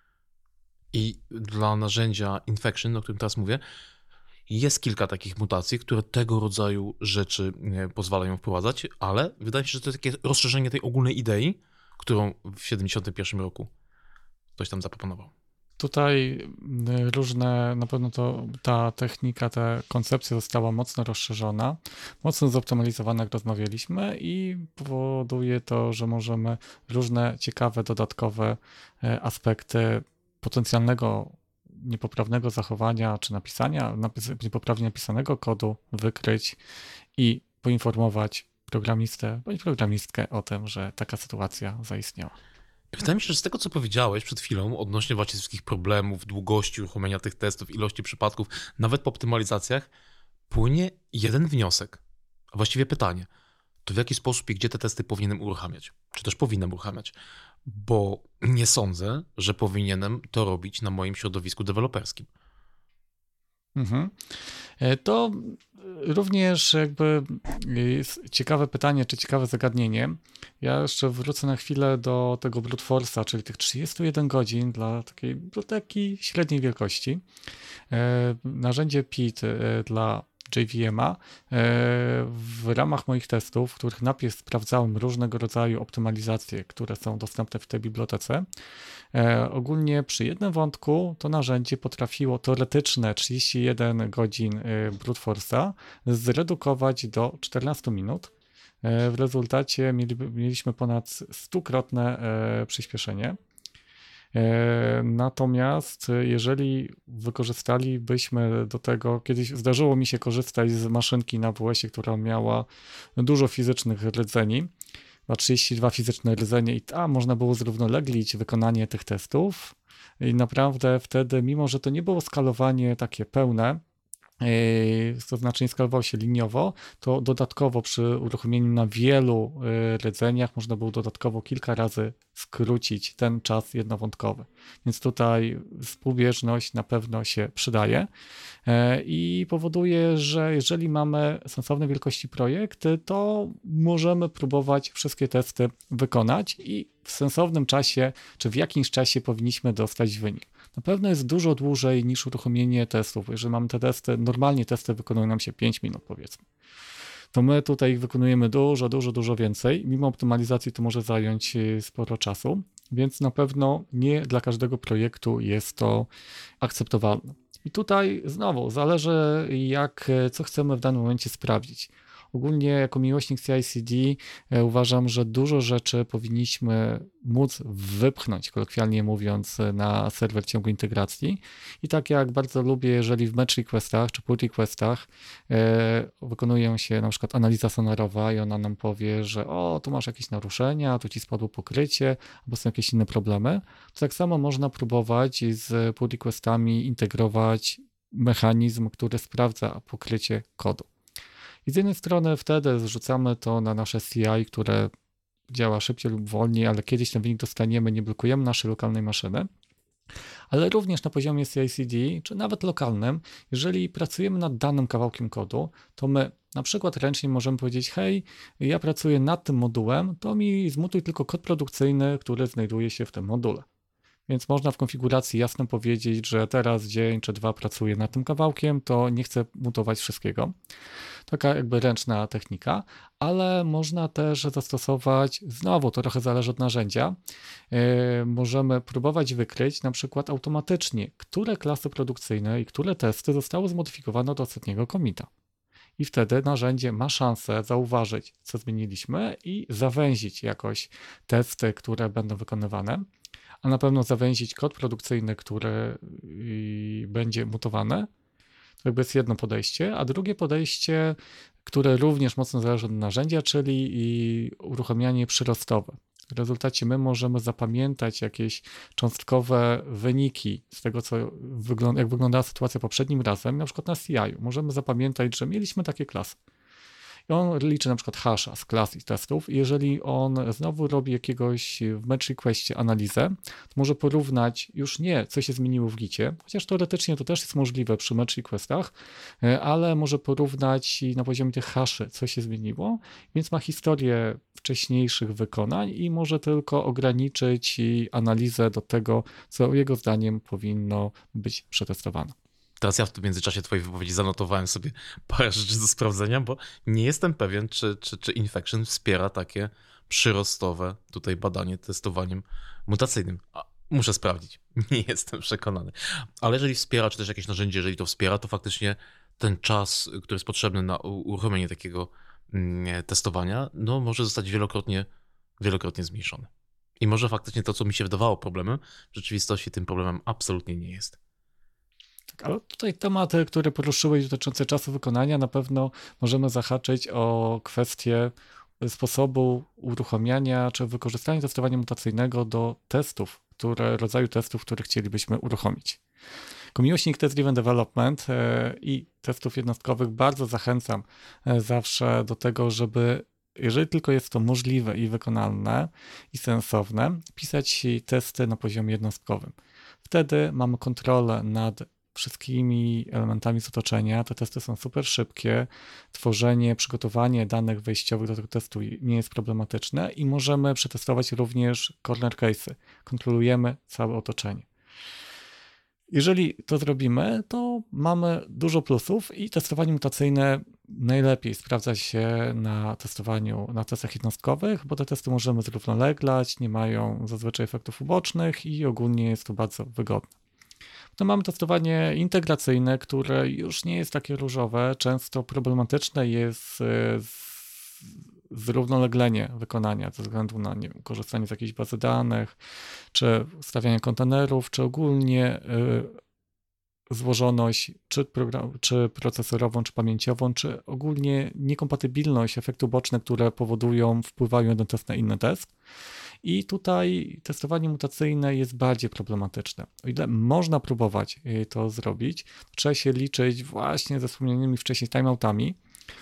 I dla narzędzia Infection, o którym teraz mówię, jest kilka takich mutacji, które tego rodzaju rzeczy pozwalają wprowadzać, ale wydaje mi się, że to jest takie rozszerzenie tej ogólnej idei, którą w siedemdziesiątym pierwszym roku ktoś tam zaproponował. Tutaj różne, na pewno to ta technika, ta koncepcja została mocno rozszerzona, mocno zoptymalizowana, jak rozmawialiśmy, i powoduje to, że możemy różne ciekawe, dodatkowe aspekty potencjalnego niepoprawnego zachowania czy napisania, napis- niepoprawnie napisanego kodu wykryć i poinformować programistę bądź programistkę o tym, że taka sytuacja zaistniała. Wydaje mi się, że z tego, co powiedziałeś przed chwilą odnośnie właśnie wszystkich problemów, długości uruchomienia tych testów, ilości przypadków, nawet po optymalizacjach, płynie jeden wniosek, a właściwie pytanie, to w jaki sposób i gdzie te testy powinienem uruchamiać? Czy też powinienem uruchamiać? Bo nie sądzę, że powinienem to robić na moim środowisku deweloperskim. Mhm. To również jakby jest ciekawe pytanie, czy ciekawe zagadnienie. Ja jeszcze wrócę na chwilę do tego brute force'a, czyli tych trzydziestu jeden godzin dla takiej biblioteki średniej wielkości. Narzędzie P I T dla J V M-a w ramach moich testów, w których najpierw sprawdzałem różnego rodzaju optymalizacje, które są dostępne w tej bibliotece. Ogólnie przy jednym wątku to narzędzie potrafiło teoretyczne trzydzieści jeden godzin brute force'a zredukować do czternastu minut. W rezultacie mieli, mieliśmy ponad stukrotne przyspieszenie. Natomiast jeżeli wykorzystalibyśmy do tego, kiedyś zdarzyło mi się korzystać z maszynki na W S ie, która miała dużo fizycznych rdzeni, ma trzydzieści dwa fizyczne rdzenie i tam można było zrównoleglić wykonanie tych testów i naprawdę wtedy, mimo że to nie było skalowanie takie pełne, to znaczy nie skalowało się liniowo, to dodatkowo przy uruchomieniu na wielu rdzeniach można było dodatkowo kilka razy skrócić ten czas jednowątkowy. Więc tutaj współbieżność na pewno się przydaje i powoduje, że jeżeli mamy sensowne wielkości projekty, to możemy próbować wszystkie testy wykonać i w sensownym czasie, czy w jakimś czasie powinniśmy dostać wynik. Na pewno jest dużo dłużej niż uruchomienie testów. Jeżeli mamy te testy, normalnie testy wykonują nam się pięć minut, powiedzmy. To my tutaj wykonujemy dużo, dużo, dużo więcej. Mimo optymalizacji to może zająć sporo czasu, więc na pewno nie dla każdego projektu jest to akceptowalne. I tutaj znowu zależy, jak, co chcemy w danym momencie sprawdzić. ogólnie jako miłośnik C I C D e, uważam, że dużo rzeczy powinniśmy móc wypchnąć, kolokwialnie mówiąc, na serwer ciągu integracji. I tak jak bardzo lubię, jeżeli w merge requestach czy pull requestach e, wykonuje się na przykład analiza sonarowa i ona nam powie, że o, tu masz jakieś naruszenia, tu ci spadło pokrycie, albo są jakieś inne problemy, to tak samo można próbować z pull requestami integrować mechanizm, który sprawdza pokrycie kodu. I z jednej strony wtedy zrzucamy to na nasze C I, które działa szybciej lub wolniej, ale kiedyś ten wynik dostaniemy, nie blokujemy naszej lokalnej maszyny. Ale również na poziomie C I C D, czy nawet lokalnym, jeżeli pracujemy nad danym kawałkiem kodu, to my na przykład ręcznie możemy powiedzieć, hej, ja pracuję nad tym modułem, to mi zmutuj tylko kod produkcyjny, który znajduje się w tym module. Więc można w konfiguracji jasno powiedzieć, że teraz dzień czy dwa pracuję nad tym kawałkiem, to nie chcę mutować wszystkiego. Taka jakby ręczna technika, ale można też zastosować, znowu to trochę zależy od narzędzia, yy, możemy próbować wykryć na przykład automatycznie, które klasy produkcyjne i które testy zostały zmodyfikowane do ostatniego commita. I wtedy narzędzie ma szansę zauważyć, co zmieniliśmy i zawęzić jakoś testy, które będą wykonywane, a na pewno zawęzić kod produkcyjny, który będzie mutowany. To jakby jest jedno podejście, a drugie podejście, które również mocno zależy od narzędzia, czyli uruchamianie przyrostowe. W rezultacie my możemy zapamiętać jakieś cząstkowe wyniki z tego, co wygląda, jak wyglądała sytuacja poprzednim razem, na przykład na C I u. Możemy zapamiętać, że mieliśmy takie klasy. I on liczy na przykład hasza z klas i testów. I jeżeli on znowu robi jakiegoś w merge requestie analizę, to może porównać już nie, co się zmieniło w gicie, chociaż teoretycznie to też jest możliwe przy merge requestach, ale może porównać na poziomie tych haszy, co się zmieniło, więc ma historię wcześniejszych wykonań i może tylko ograniczyć analizę do tego, co jego zdaniem powinno być przetestowane. Teraz ja w tym międzyczasie twojej wypowiedzi zanotowałem sobie parę rzeczy do sprawdzenia, bo nie jestem pewien, czy, czy, czy Infection wspiera takie przyrostowe tutaj badanie testowaniem mutacyjnym. A, muszę sprawdzić, nie jestem przekonany. Ale jeżeli wspiera, czy też jakieś narzędzie, jeżeli to wspiera, to faktycznie ten czas, który jest potrzebny na uruchomienie takiego mm, testowania, no może zostać wielokrotnie, wielokrotnie zmniejszony. I może faktycznie to, co mi się wydawało problemem, w rzeczywistości tym problemem absolutnie nie jest. Ale tutaj tematy, które poruszyłeś dotyczące czasu wykonania, na pewno możemy zahaczyć o kwestię sposobu uruchamiania czy wykorzystania testowania mutacyjnego do testów, które, rodzaju testów, które chcielibyśmy uruchomić. Jako miłośnik Test Driven Development i testów jednostkowych bardzo zachęcam zawsze do tego, żeby, jeżeli tylko jest to możliwe i wykonalne i sensowne, pisać testy na poziomie jednostkowym. Wtedy mamy kontrolę nad wszystkimi elementami z otoczenia. Te testy są super szybkie. Tworzenie, przygotowanie danych wejściowych do tego testu nie jest problematyczne i możemy przetestować również corner case'y. Kontrolujemy całe otoczenie. Jeżeli to zrobimy, to mamy dużo plusów i testowanie mutacyjne najlepiej sprawdza się na testowaniu, na testach jednostkowych, bo te testy możemy zrównoleglać, nie mają zazwyczaj efektów ubocznych i ogólnie jest to bardzo wygodne. Potem mamy testowanie integracyjne, które już nie jest takie różowe. Często problematyczne jest zrównoleglenie wykonania ze względu na, nie wiem, korzystanie z jakiejś bazy danych, czy stawianie kontenerów, czy ogólnie y, złożoność, czy, program, czy procesorową, czy pamięciową, czy ogólnie niekompatybilność, efekty uboczne, które powodują, wpływają jeden test na inny test. I tutaj testowanie mutacyjne jest bardziej problematyczne. O ile można próbować to zrobić, to trzeba się liczyć właśnie ze wspomnianymi wcześniej timeoutami,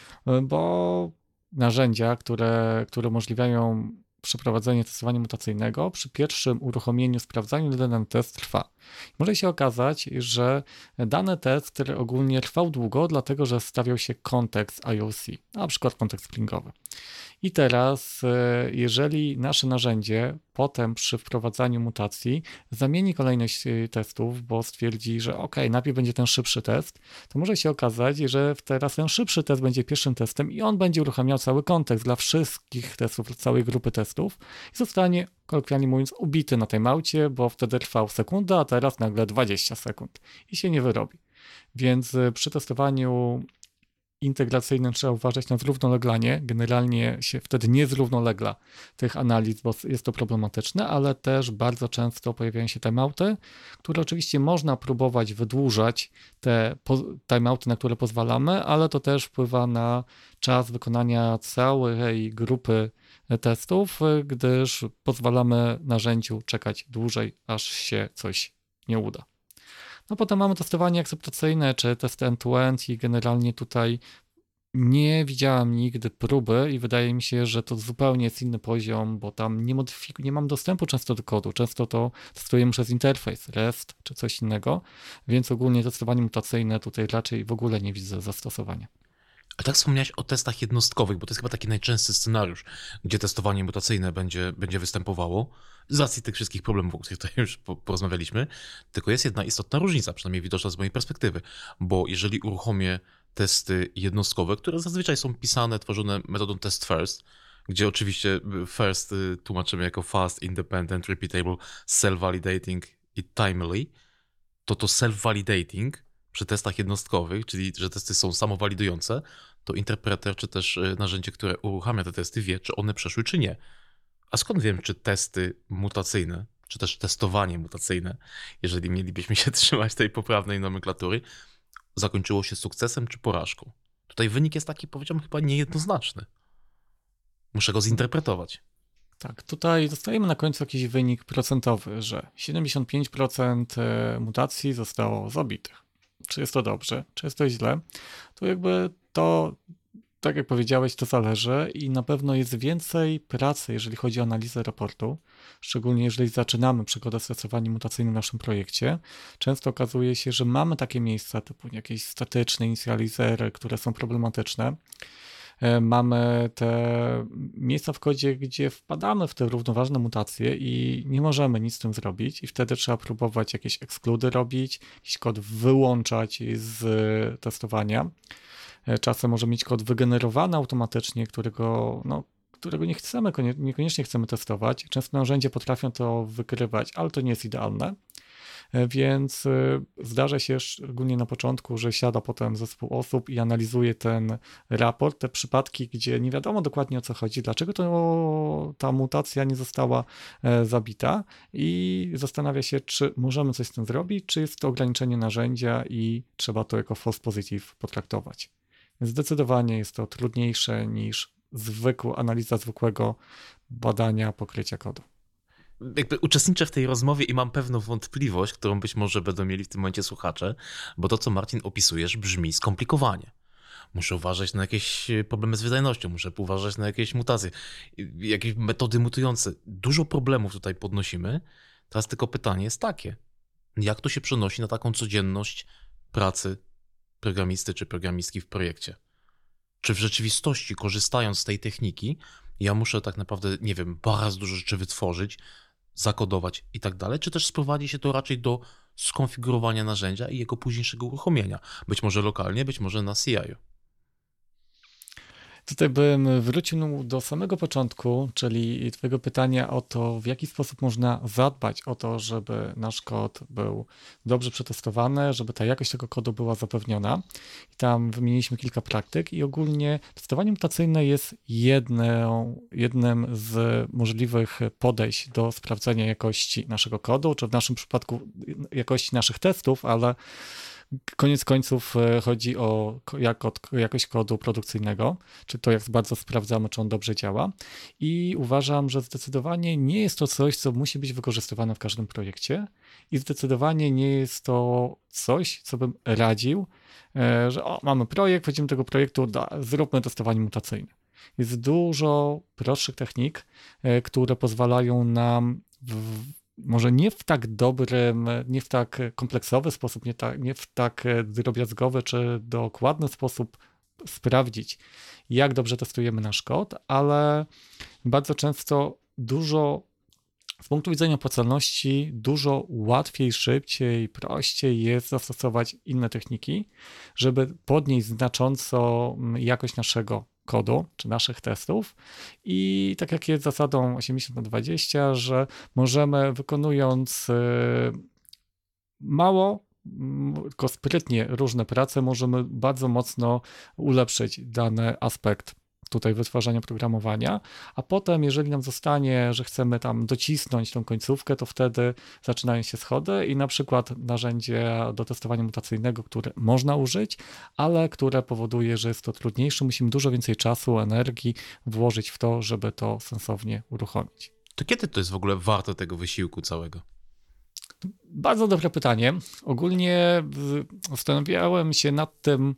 bo narzędzia, które, które umożliwiają przeprowadzenie testowania mutacyjnego, przy pierwszym uruchomieniu, sprawdzaniu, ile dany test trwa. Może się okazać, że dany test, który ogólnie trwał długo, dlatego że stawiał się kontekst I O C, na przykład kontekst stringowy. I teraz, jeżeli nasze narzędzie potem przy wprowadzaniu mutacji zamieni kolejność testów, bo stwierdzi, że ok, najpierw będzie ten szybszy test, to może się okazać, że teraz ten szybszy test będzie pierwszym testem i on będzie uruchamiał cały kontekst dla wszystkich testów, dla całej grupy testów i zostanie, kolokwialnie mówiąc, ubity na tej małcie, bo wtedy trwał sekundę, a teraz nagle dwadzieścia sekund i się nie wyrobi. Więc przy testowaniu integracyjnym trzeba uważać na zrównoleglanie. Generalnie się wtedy nie zrównolegla tych analiz, bo jest to problematyczne, ale też bardzo często pojawiają się timeouty, które oczywiście można próbować wydłużać, te timeouty, na które pozwalamy, ale to też wpływa na czas wykonania całej grupy testów, gdyż pozwalamy narzędziu czekać dłużej, aż się coś nie uda. No potem mamy testowanie akceptacyjne, czy testy end-to-end i generalnie tutaj nie widziałem nigdy próby i wydaje mi się, że to zupełnie jest inny poziom, bo tam nie, modyfik- nie mam dostępu często do kodu. Często to testujemy przez interfejs, REST czy coś innego, więc ogólnie testowanie mutacyjne tutaj raczej w ogóle nie widzę zastosowania. A tak wspomniałeś o testach jednostkowych, bo to jest chyba taki najczęstszy scenariusz, gdzie testowanie mutacyjne będzie, będzie występowało, z racji tych wszystkich problemów, o których tutaj już porozmawialiśmy. Tylko jest jedna istotna różnica, przynajmniej widoczna z mojej perspektywy, bo jeżeli uruchomię testy jednostkowe, które zazwyczaj są pisane, tworzone metodą test first, gdzie oczywiście first tłumaczymy jako fast, independent, repeatable, self-validating i timely, to to self-validating przy testach jednostkowych, czyli że testy są samowalidujące, to interpreter czy też narzędzie, które uruchamia te testy, wie, czy one przeszły, czy nie. A skąd wiem, czy testy mutacyjne, czy też testowanie mutacyjne, jeżeli mielibyśmy się trzymać tej poprawnej nomenklatury, zakończyło się sukcesem czy porażką? Tutaj wynik jest taki, powiedziałbym, chyba niejednoznaczny. Muszę go zinterpretować. Tak, tutaj dostajemy na końcu jakiś wynik procentowy, że siedemdziesiąt pięć procent mutacji zostało zabitych. Czy jest to dobrze, czy jest to źle? To jakby to, tak jak powiedziałeś, to zależy i na pewno jest więcej pracy, jeżeli chodzi o analizę raportu, szczególnie jeżeli zaczynamy przygodę z testowaniem mutacyjnym w naszym projekcie. Często okazuje się, że mamy takie miejsca typu jakieś statyczne inicjalizery, które są problematyczne. Mamy te miejsca w kodzie, gdzie wpadamy w te równoważne mutacje i nie możemy nic z tym zrobić i wtedy trzeba próbować jakieś ekskludy robić, jakiś kod wyłączać z testowania. Czasem może mieć kod wygenerowany automatycznie, którego, no, którego nie chcemy, niekoniecznie chcemy testować. Często narzędzia potrafią to wykrywać, ale to nie jest idealne. Więc zdarza się szczególnie na początku, że siada potem zespół osób i analizuje ten raport, te przypadki, gdzie nie wiadomo dokładnie o co chodzi, dlaczego to, ta mutacja nie została zabita i zastanawia się, czy możemy coś z tym zrobić, czy jest to ograniczenie narzędzia i trzeba to jako false positive potraktować. Zdecydowanie jest to trudniejsze niż zwykła analiza zwykłego badania pokrycia kodu. Jakby uczestniczę w tej rozmowie i mam pewną wątpliwość, którą być może będą mieli w tym momencie słuchacze, bo to, co Marcin opisujesz, brzmi skomplikowanie. Muszę uważać na jakieś problemy z wydajnością, muszę uważać na jakieś mutacje, jakieś metody mutujące. Dużo problemów tutaj podnosimy. Teraz tylko pytanie jest takie, jak to się przenosi na taką codzienność pracy programisty czy programistki w projekcie? Czy w rzeczywistości, korzystając z tej techniki, ja muszę tak naprawdę, nie wiem, bardzo dużo rzeczy wytworzyć, zakodować i tak dalej, czy też sprowadzi się to raczej do skonfigurowania narzędzia i jego późniejszego uruchomienia, być może lokalnie, być może na C I. Tutaj bym wrócił do samego początku, czyli twojego pytania o to, w jaki sposób można zadbać o to, żeby nasz kod był dobrze przetestowany, żeby ta jakość tego kodu była zapewniona. I tam wymieniliśmy kilka praktyk i ogólnie testowanie mutacyjne jest jedną, jednym z możliwych podejść do sprawdzenia jakości naszego kodu, czy w naszym przypadku jakości naszych testów, ale koniec końców chodzi o jakość kodu produkcyjnego, czy to jak bardzo sprawdzamy, czy on dobrze działa. I uważam, że zdecydowanie nie jest to coś, co musi być wykorzystywane w każdym projekcie i zdecydowanie nie jest to coś, co bym radził, że o, mamy projekt, wchodzimy do tego projektu, da, zróbmy testowanie mutacyjne. Jest dużo prostszych technik, które pozwalają nam w może nie w tak dobrym, nie w tak kompleksowy sposób, nie, tak, nie w tak drobiazgowy czy dokładny sposób sprawdzić, jak dobrze testujemy nasz kod, ale bardzo często dużo z punktu widzenia opłacalności dużo łatwiej, szybciej, prościej jest zastosować inne techniki, żeby podnieść znacząco jakość naszego kodu, czy naszych testów i tak jak jest zasadą osiemdziesiąt na dwadzieścia, że możemy wykonując mało tylko sprytnie różne prace możemy bardzo mocno ulepszyć dany aspekt tutaj wytwarzania programowania, a potem jeżeli nam zostanie, że chcemy tam docisnąć tą końcówkę, to wtedy zaczynają się schody i na przykład narzędzie do testowania mutacyjnego, które można użyć, ale które powoduje, że jest to trudniejsze, musimy dużo więcej czasu, energii włożyć w to, żeby to sensownie uruchomić. To kiedy to jest w ogóle warte tego wysiłku całego? Bardzo dobre pytanie. Ogólnie zastanawiałem się nad tym,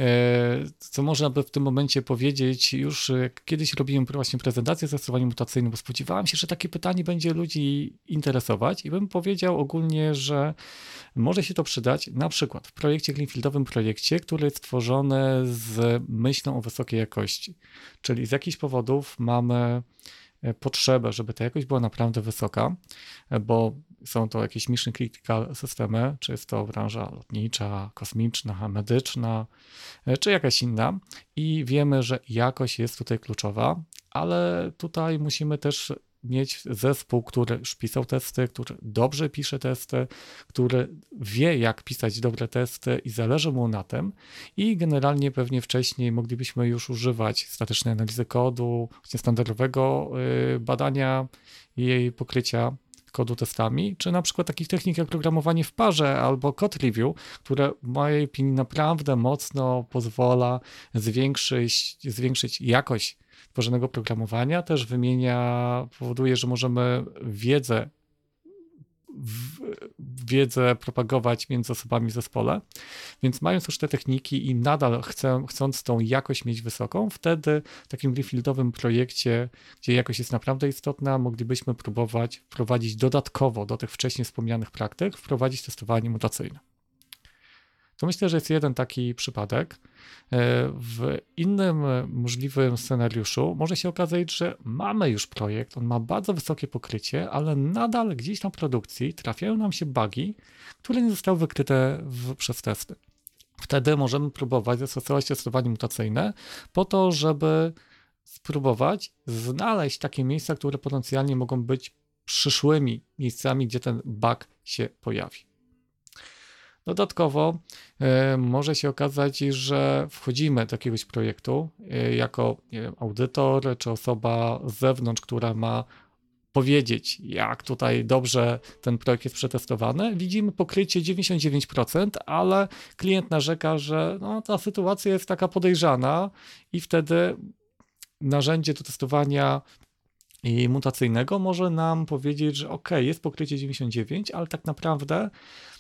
co można by w tym momencie powiedzieć. Już kiedyś robiłem właśnie prezentację z testowaniem mutacyjnym, bo spodziewałem się, że takie pytanie będzie ludzi interesować i bym powiedział ogólnie, że może się to przydać na przykład w projekcie greenfieldowym projekcie, który jest tworzony z myślą o wysokiej jakości. Czyli z jakichś powodów mamy potrzebę, żeby ta jakość była naprawdę wysoka, bo są to jakieś mission critical systemy, czy jest to branża lotnicza, kosmiczna, medyczna, czy jakaś inna i wiemy, że jakość jest tutaj kluczowa, ale tutaj musimy też mieć zespół, który już pisał testy, który dobrze pisze testy, który wie, jak pisać dobre testy i zależy mu na tym i generalnie pewnie wcześniej moglibyśmy już używać statycznej analizy kodu, standardowego badania jej pokrycia kodu testami, czy na przykład takich technik jak programowanie w parze albo code review, które w mojej opinii naprawdę mocno pozwala zwiększyć, zwiększyć jakość tworzonego programowania, też wymienia, powoduje, że możemy wiedzę, w, wiedzę propagować między osobami w zespole, więc mając już te techniki i nadal chcę, chcąc tą jakość mieć wysoką, wtedy w takim greenfieldowym projekcie, gdzie jakość jest naprawdę istotna, moglibyśmy próbować wprowadzić dodatkowo do tych wcześniej wspomnianych praktyk, wprowadzić testowanie mutacyjne. To myślę, że jest jeden taki przypadek. W innym możliwym scenariuszu może się okazać, że mamy już projekt, on ma bardzo wysokie pokrycie, ale nadal gdzieś na produkcji trafiają nam się bugi, które nie zostały wykryte w, przez testy. Wtedy możemy próbować zastosować testowanie mutacyjne po to, żeby spróbować znaleźć takie miejsca, które potencjalnie mogą być przyszłymi miejscami, gdzie ten bug się pojawi. Dodatkowo y, może się okazać, że wchodzimy do jakiegoś projektu y, jako nie wiem, audytor czy osoba z zewnątrz, która ma powiedzieć, jak tutaj dobrze ten projekt jest przetestowany. Widzimy pokrycie dziewięćdziesiąt dziewięć procent, ale klient narzeka, że no, ta sytuacja jest taka podejrzana i wtedy narzędzie do testowania i mutacyjnego może nam powiedzieć, że ok, jest pokrycie dziewięćdziesiąt dziewięć, ale tak naprawdę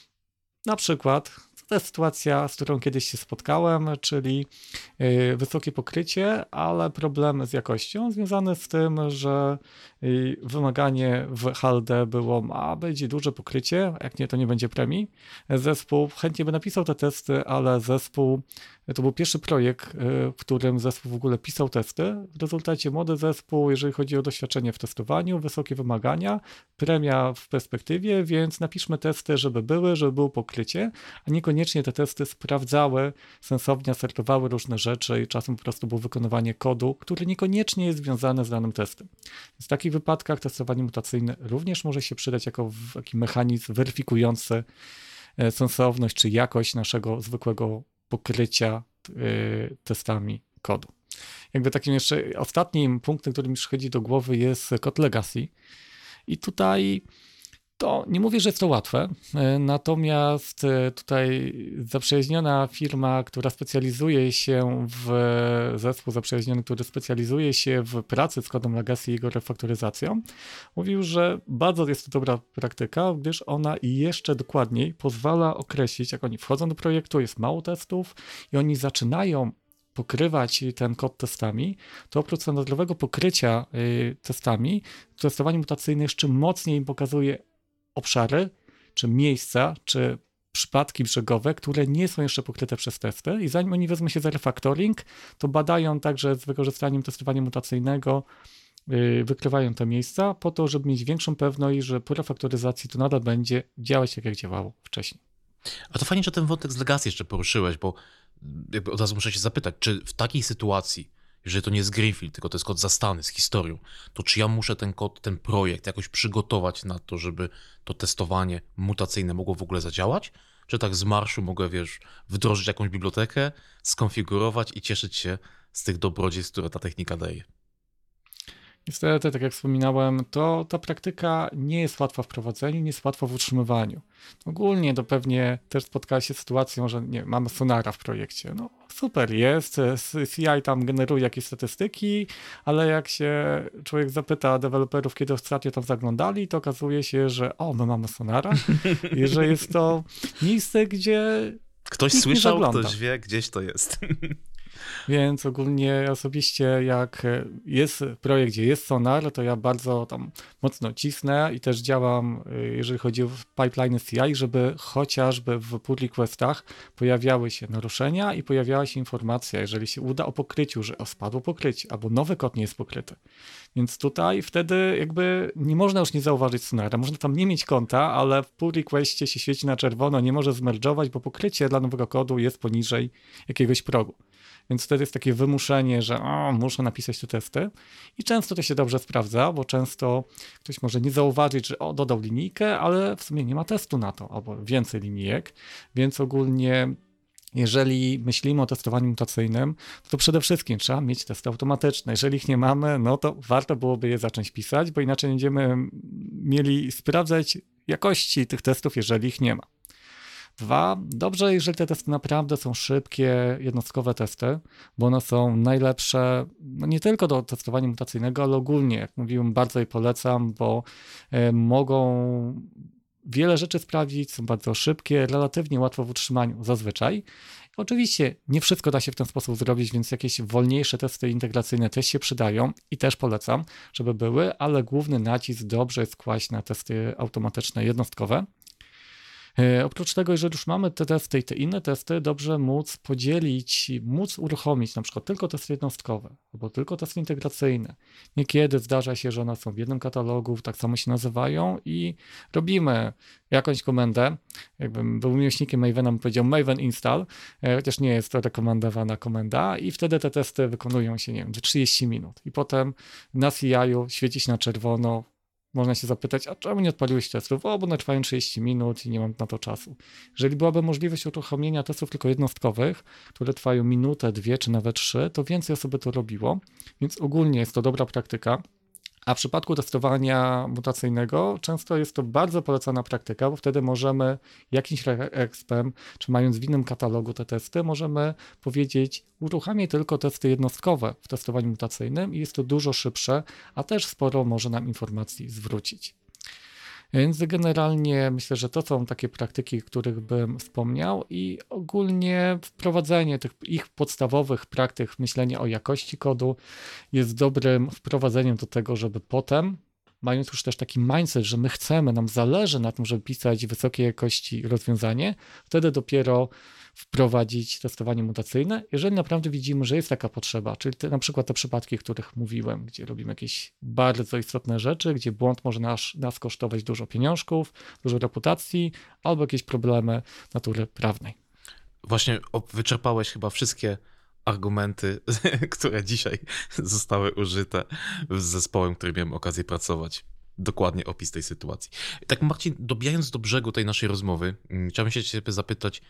na przykład, to jest sytuacja, z którą kiedyś się spotkałem, czyli wysokie pokrycie, ale problem z jakością związany z tym, że wymaganie w H L D było, ma być duże pokrycie, jak nie, to nie będzie premii. Zespół chętnie by napisał te testy, ale zespół, to był pierwszy projekt, w którym zespół w ogóle pisał testy. W rezultacie młody zespół, jeżeli chodzi o doświadczenie w testowaniu, wysokie wymagania, premia w perspektywie, więc napiszmy testy, żeby były, żeby było pokrycie, a niekoniecznie te testy sprawdzały sensownie, asertowały różne rzeczy i czasem po prostu było wykonywanie kodu, który niekoniecznie jest związany z danym testem. W takich wypadkach testowanie mutacyjne również może się przydać jako taki mechanizm weryfikujący sensowność czy jakość naszego zwykłego pokrycia y, testami kodu. Jakby takim jeszcze ostatnim punktem, który mi przychodzi do głowy, jest kod legacy. I tutaj to nie mówię, że jest to łatwe, natomiast tutaj zaprzyjaźniona firma, która specjalizuje się w zespół zaprzyjaźniony, który specjalizuje się w pracy z kodem legacy i jego refaktoryzacją, mówił, że bardzo jest to dobra praktyka, gdyż ona jeszcze dokładniej pozwala określić, jak oni wchodzą do projektu, jest mało testów i oni zaczynają pokrywać ten kod testami, to oprócz standardowego pokrycia y, testami, testowanie mutacyjne jeszcze mocniej im pokazuje obszary, czy miejsca, czy przypadki brzegowe, które nie są jeszcze pokryte przez testy i zanim oni wezmą się za refactoring, to badają także z wykorzystaniem testowania mutacyjnego, yy, wykrywają te miejsca po to, żeby mieć większą pewność, że po refaktoryzacji to nadal będzie działać tak, jak działało wcześniej. A to fajnie, że ten wątek z legacy jeszcze poruszyłeś, bo jakby od razu muszę się zapytać, czy w takiej sytuacji, jeżeli to nie jest Greenfield, tylko to jest kod zastany z historią, to czy ja muszę ten kod, ten projekt jakoś przygotować na to, żeby to testowanie mutacyjne mogło w ogóle zadziałać? Czy tak z marszu mogę, wiesz, wdrożyć jakąś bibliotekę, skonfigurować i cieszyć się z tych dobrodziejstw, które ta technika daje? Niestety, tak jak wspominałem, to ta praktyka nie jest łatwa w prowadzeniu, nie jest łatwa w utrzymywaniu. Ogólnie to pewnie też spotkała się z sytuacją, że nie, mamy Sonara w projekcie. No super jest, C I tam generuje jakieś statystyki, ale jak się człowiek zapyta deweloperów, kiedy ostatnio tam zaglądali, to okazuje się, że o, my mamy Sonara i że jest to miejsce, gdzie Ktoś nikt słyszał, nie zagląda. ktoś wie, gdzieś to jest. Więc ogólnie osobiście jak jest projekt, gdzie jest Sonar, to ja bardzo tam mocno cisnę i też działam, jeżeli chodzi o pipeline C I, żeby chociażby w pull requestach pojawiały się naruszenia i pojawiała się informacja, jeżeli się uda, o pokryciu, że o, spadło pokrycie, albo nowy kod nie jest pokryty. Więc tutaj wtedy jakby nie można już nie zauważyć Sonara. Można tam nie mieć konta, ale w pull requestie się świeci na czerwono, nie może zmerdżować, bo pokrycie dla nowego kodu jest poniżej jakiegoś progu. Więc wtedy jest takie wymuszenie, że o, muszę napisać te testy i często to się dobrze sprawdza, bo często ktoś może nie zauważyć, że o, dodał linijkę, ale w sumie nie ma testu na to, albo więcej linijek, więc ogólnie jeżeli myślimy o testowaniu mutacyjnym, to przede wszystkim trzeba mieć testy automatyczne. Jeżeli ich nie mamy, no to warto byłoby je zacząć pisać, bo inaczej będziemy mieli sprawdzać jakości tych testów, jeżeli ich nie ma. Dwa, dobrze, jeżeli te testy naprawdę są szybkie, jednostkowe testy, bo one są najlepsze, no nie tylko do testowania mutacyjnego, ale ogólnie, jak mówiłem, bardzo je polecam, bo y, mogą wiele rzeczy sprawdzić, są bardzo szybkie, relatywnie łatwo w utrzymaniu zazwyczaj. Oczywiście nie wszystko da się w ten sposób zrobić, więc jakieś wolniejsze testy integracyjne też się przydają i też polecam, żeby były, ale główny nacisk dobrze jest kłaść na testy automatyczne, jednostkowe. Oprócz tego, jeżeli już mamy te testy i te inne testy, dobrze móc podzielić, móc uruchomić na przykład tylko testy jednostkowe albo tylko testy integracyjne. Niekiedy zdarza się, że one są w jednym katalogu, tak samo się nazywają i robimy jakąś komendę. Jakbym był miłośnikiem Mavena, bym powiedział Maven install, chociaż nie jest to rekomendowana komenda i wtedy te testy wykonują się, nie wiem, trzydzieści minut i potem na C I-u świeci się na czerwono. Można się zapytać, a czemu nie odpaliłeś testów? O, bo one trwają trzydzieści minut i nie mam na to czasu. Jeżeli byłaby możliwość uruchomienia testów tylko jednostkowych, które trwają minutę, dwie czy nawet trzy, to więcej osób by to robiło, więc ogólnie jest to dobra praktyka. A w przypadku testowania mutacyjnego często jest to bardzo polecana praktyka, bo wtedy możemy jakimś expem, czy mając w innym katalogu te testy, możemy powiedzieć, uruchamiaj tylko testy jednostkowe w testowaniu mutacyjnym i jest to dużo szybsze, a też sporo może nam informacji zwrócić. Więc generalnie myślę, że to są takie praktyki, o których bym wspomniał i ogólnie wprowadzenie tych ich podstawowych praktyk, myślenie o jakości kodu jest dobrym wprowadzeniem do tego, żeby potem, mając już też taki mindset, że my chcemy, nam zależy na tym, żeby pisać wysokiej jakości rozwiązanie, wtedy dopiero wprowadzić testowanie mutacyjne, jeżeli naprawdę widzimy, że jest taka potrzeba, czyli te, na przykład te przypadki, o których mówiłem, gdzie robimy jakieś bardzo istotne rzeczy, gdzie błąd może nas, nas kosztować dużo pieniążków, dużo reputacji, albo jakieś problemy natury prawnej. Właśnie wyczerpałeś chyba wszystkie argumenty, które dzisiaj zostały użyte z zespołem, który miałem okazję pracować. Dokładnie opis tej sytuacji. Tak, Marcin, dobijając do brzegu tej naszej rozmowy, chciałbym się ciebie zapytać,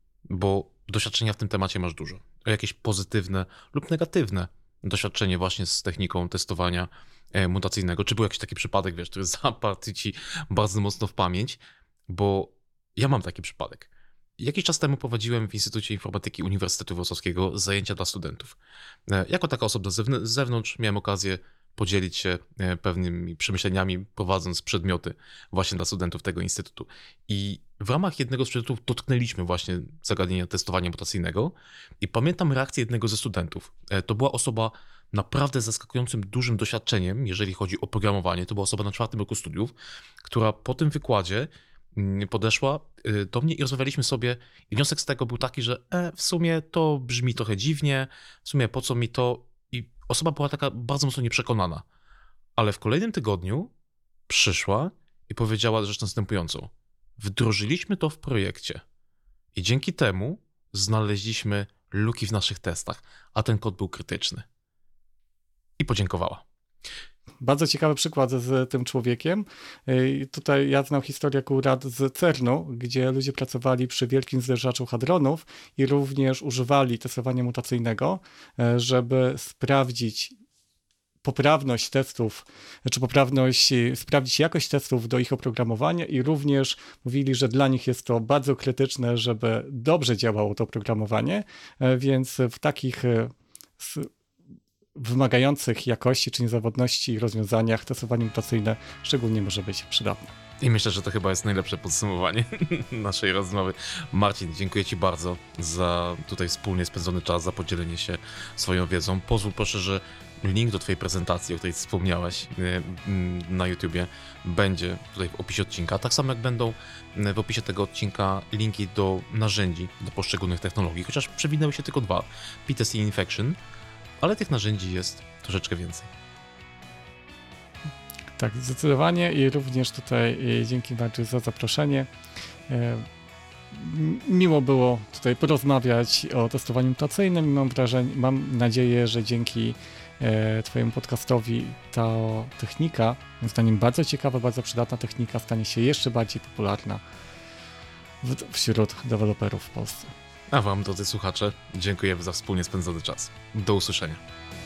bo doświadczenia w tym temacie masz dużo. O jakieś pozytywne lub negatywne doświadczenie właśnie z techniką testowania mutacyjnego. Czy był jakiś taki przypadek, wiesz, który zapadł ci bardzo mocno w pamięć? Bo ja mam taki przypadek. Jakiś czas temu prowadziłem w Instytucie Informatyki Uniwersytetu Wrocławskiego zajęcia dla studentów. Jako taka osoba z zewnątrz miałem okazję podzielić się pewnymi przemyśleniami, prowadząc przedmioty właśnie dla studentów tego instytutu. I w ramach jednego z przedmiotów dotknęliśmy właśnie zagadnienia testowania mutacyjnego i pamiętam reakcję jednego ze studentów. To była osoba naprawdę zaskakującym dużym doświadczeniem, jeżeli chodzi o programowanie. To była osoba na czwartym roku studiów, która po tym wykładzie podeszła do mnie i rozmawialiśmy sobie i wniosek z tego był taki, że e, w sumie to brzmi trochę dziwnie, w sumie po co mi to? I osoba była taka bardzo mocno nieprzekonana. Ale w kolejnym tygodniu przyszła i powiedziała rzecz następującą. Wdrożyliśmy to w projekcie i dzięki temu znaleźliśmy luki w naszych testach, a ten kod był krytyczny. i podziękowała. Bardzo ciekawy przykład z tym człowiekiem. I tutaj ja znam historię akurat z cernu, gdzie ludzie pracowali przy wielkim zderzaczu hadronów i również używali testowania mutacyjnego, żeby sprawdzić poprawność testów, czy poprawność, sprawdzić jakość testów do ich oprogramowania i również mówili, że dla nich jest to bardzo krytyczne, żeby dobrze działało to oprogramowanie, więc w takich wymagających jakości czy niezawodności rozwiązaniach testowanie mutacyjne szczególnie może być przydatne. I myślę, że to chyba jest najlepsze podsumowanie naszej rozmowy. Marcin, dziękuję Ci bardzo za tutaj wspólnie spędzony czas, za podzielenie się swoją wiedzą. Pozwól proszę, że link do Twojej prezentacji, o której wspomniałeś na YouTubie, będzie tutaj w opisie odcinka. Tak samo jak będą w opisie tego odcinka linki do narzędzi, do poszczególnych technologii, chociaż przewinęły się tylko dwa. P T C Infection, ale tych narzędzi jest troszeczkę więcej. Tak, zdecydowanie i również tutaj dzięki bardzo za zaproszenie. Miło było tutaj porozmawiać o testowaniu mutacyjnym i mam wrażenie, mam nadzieję, że dzięki Twojemu podcastowi ta technika, moim zdaniem bardzo ciekawa, bardzo przydatna technika, stanie się jeszcze bardziej popularna wśród deweloperów w Polsce. A Wam, drodzy słuchacze, dziękuję za wspólnie spędzony czas. Do usłyszenia.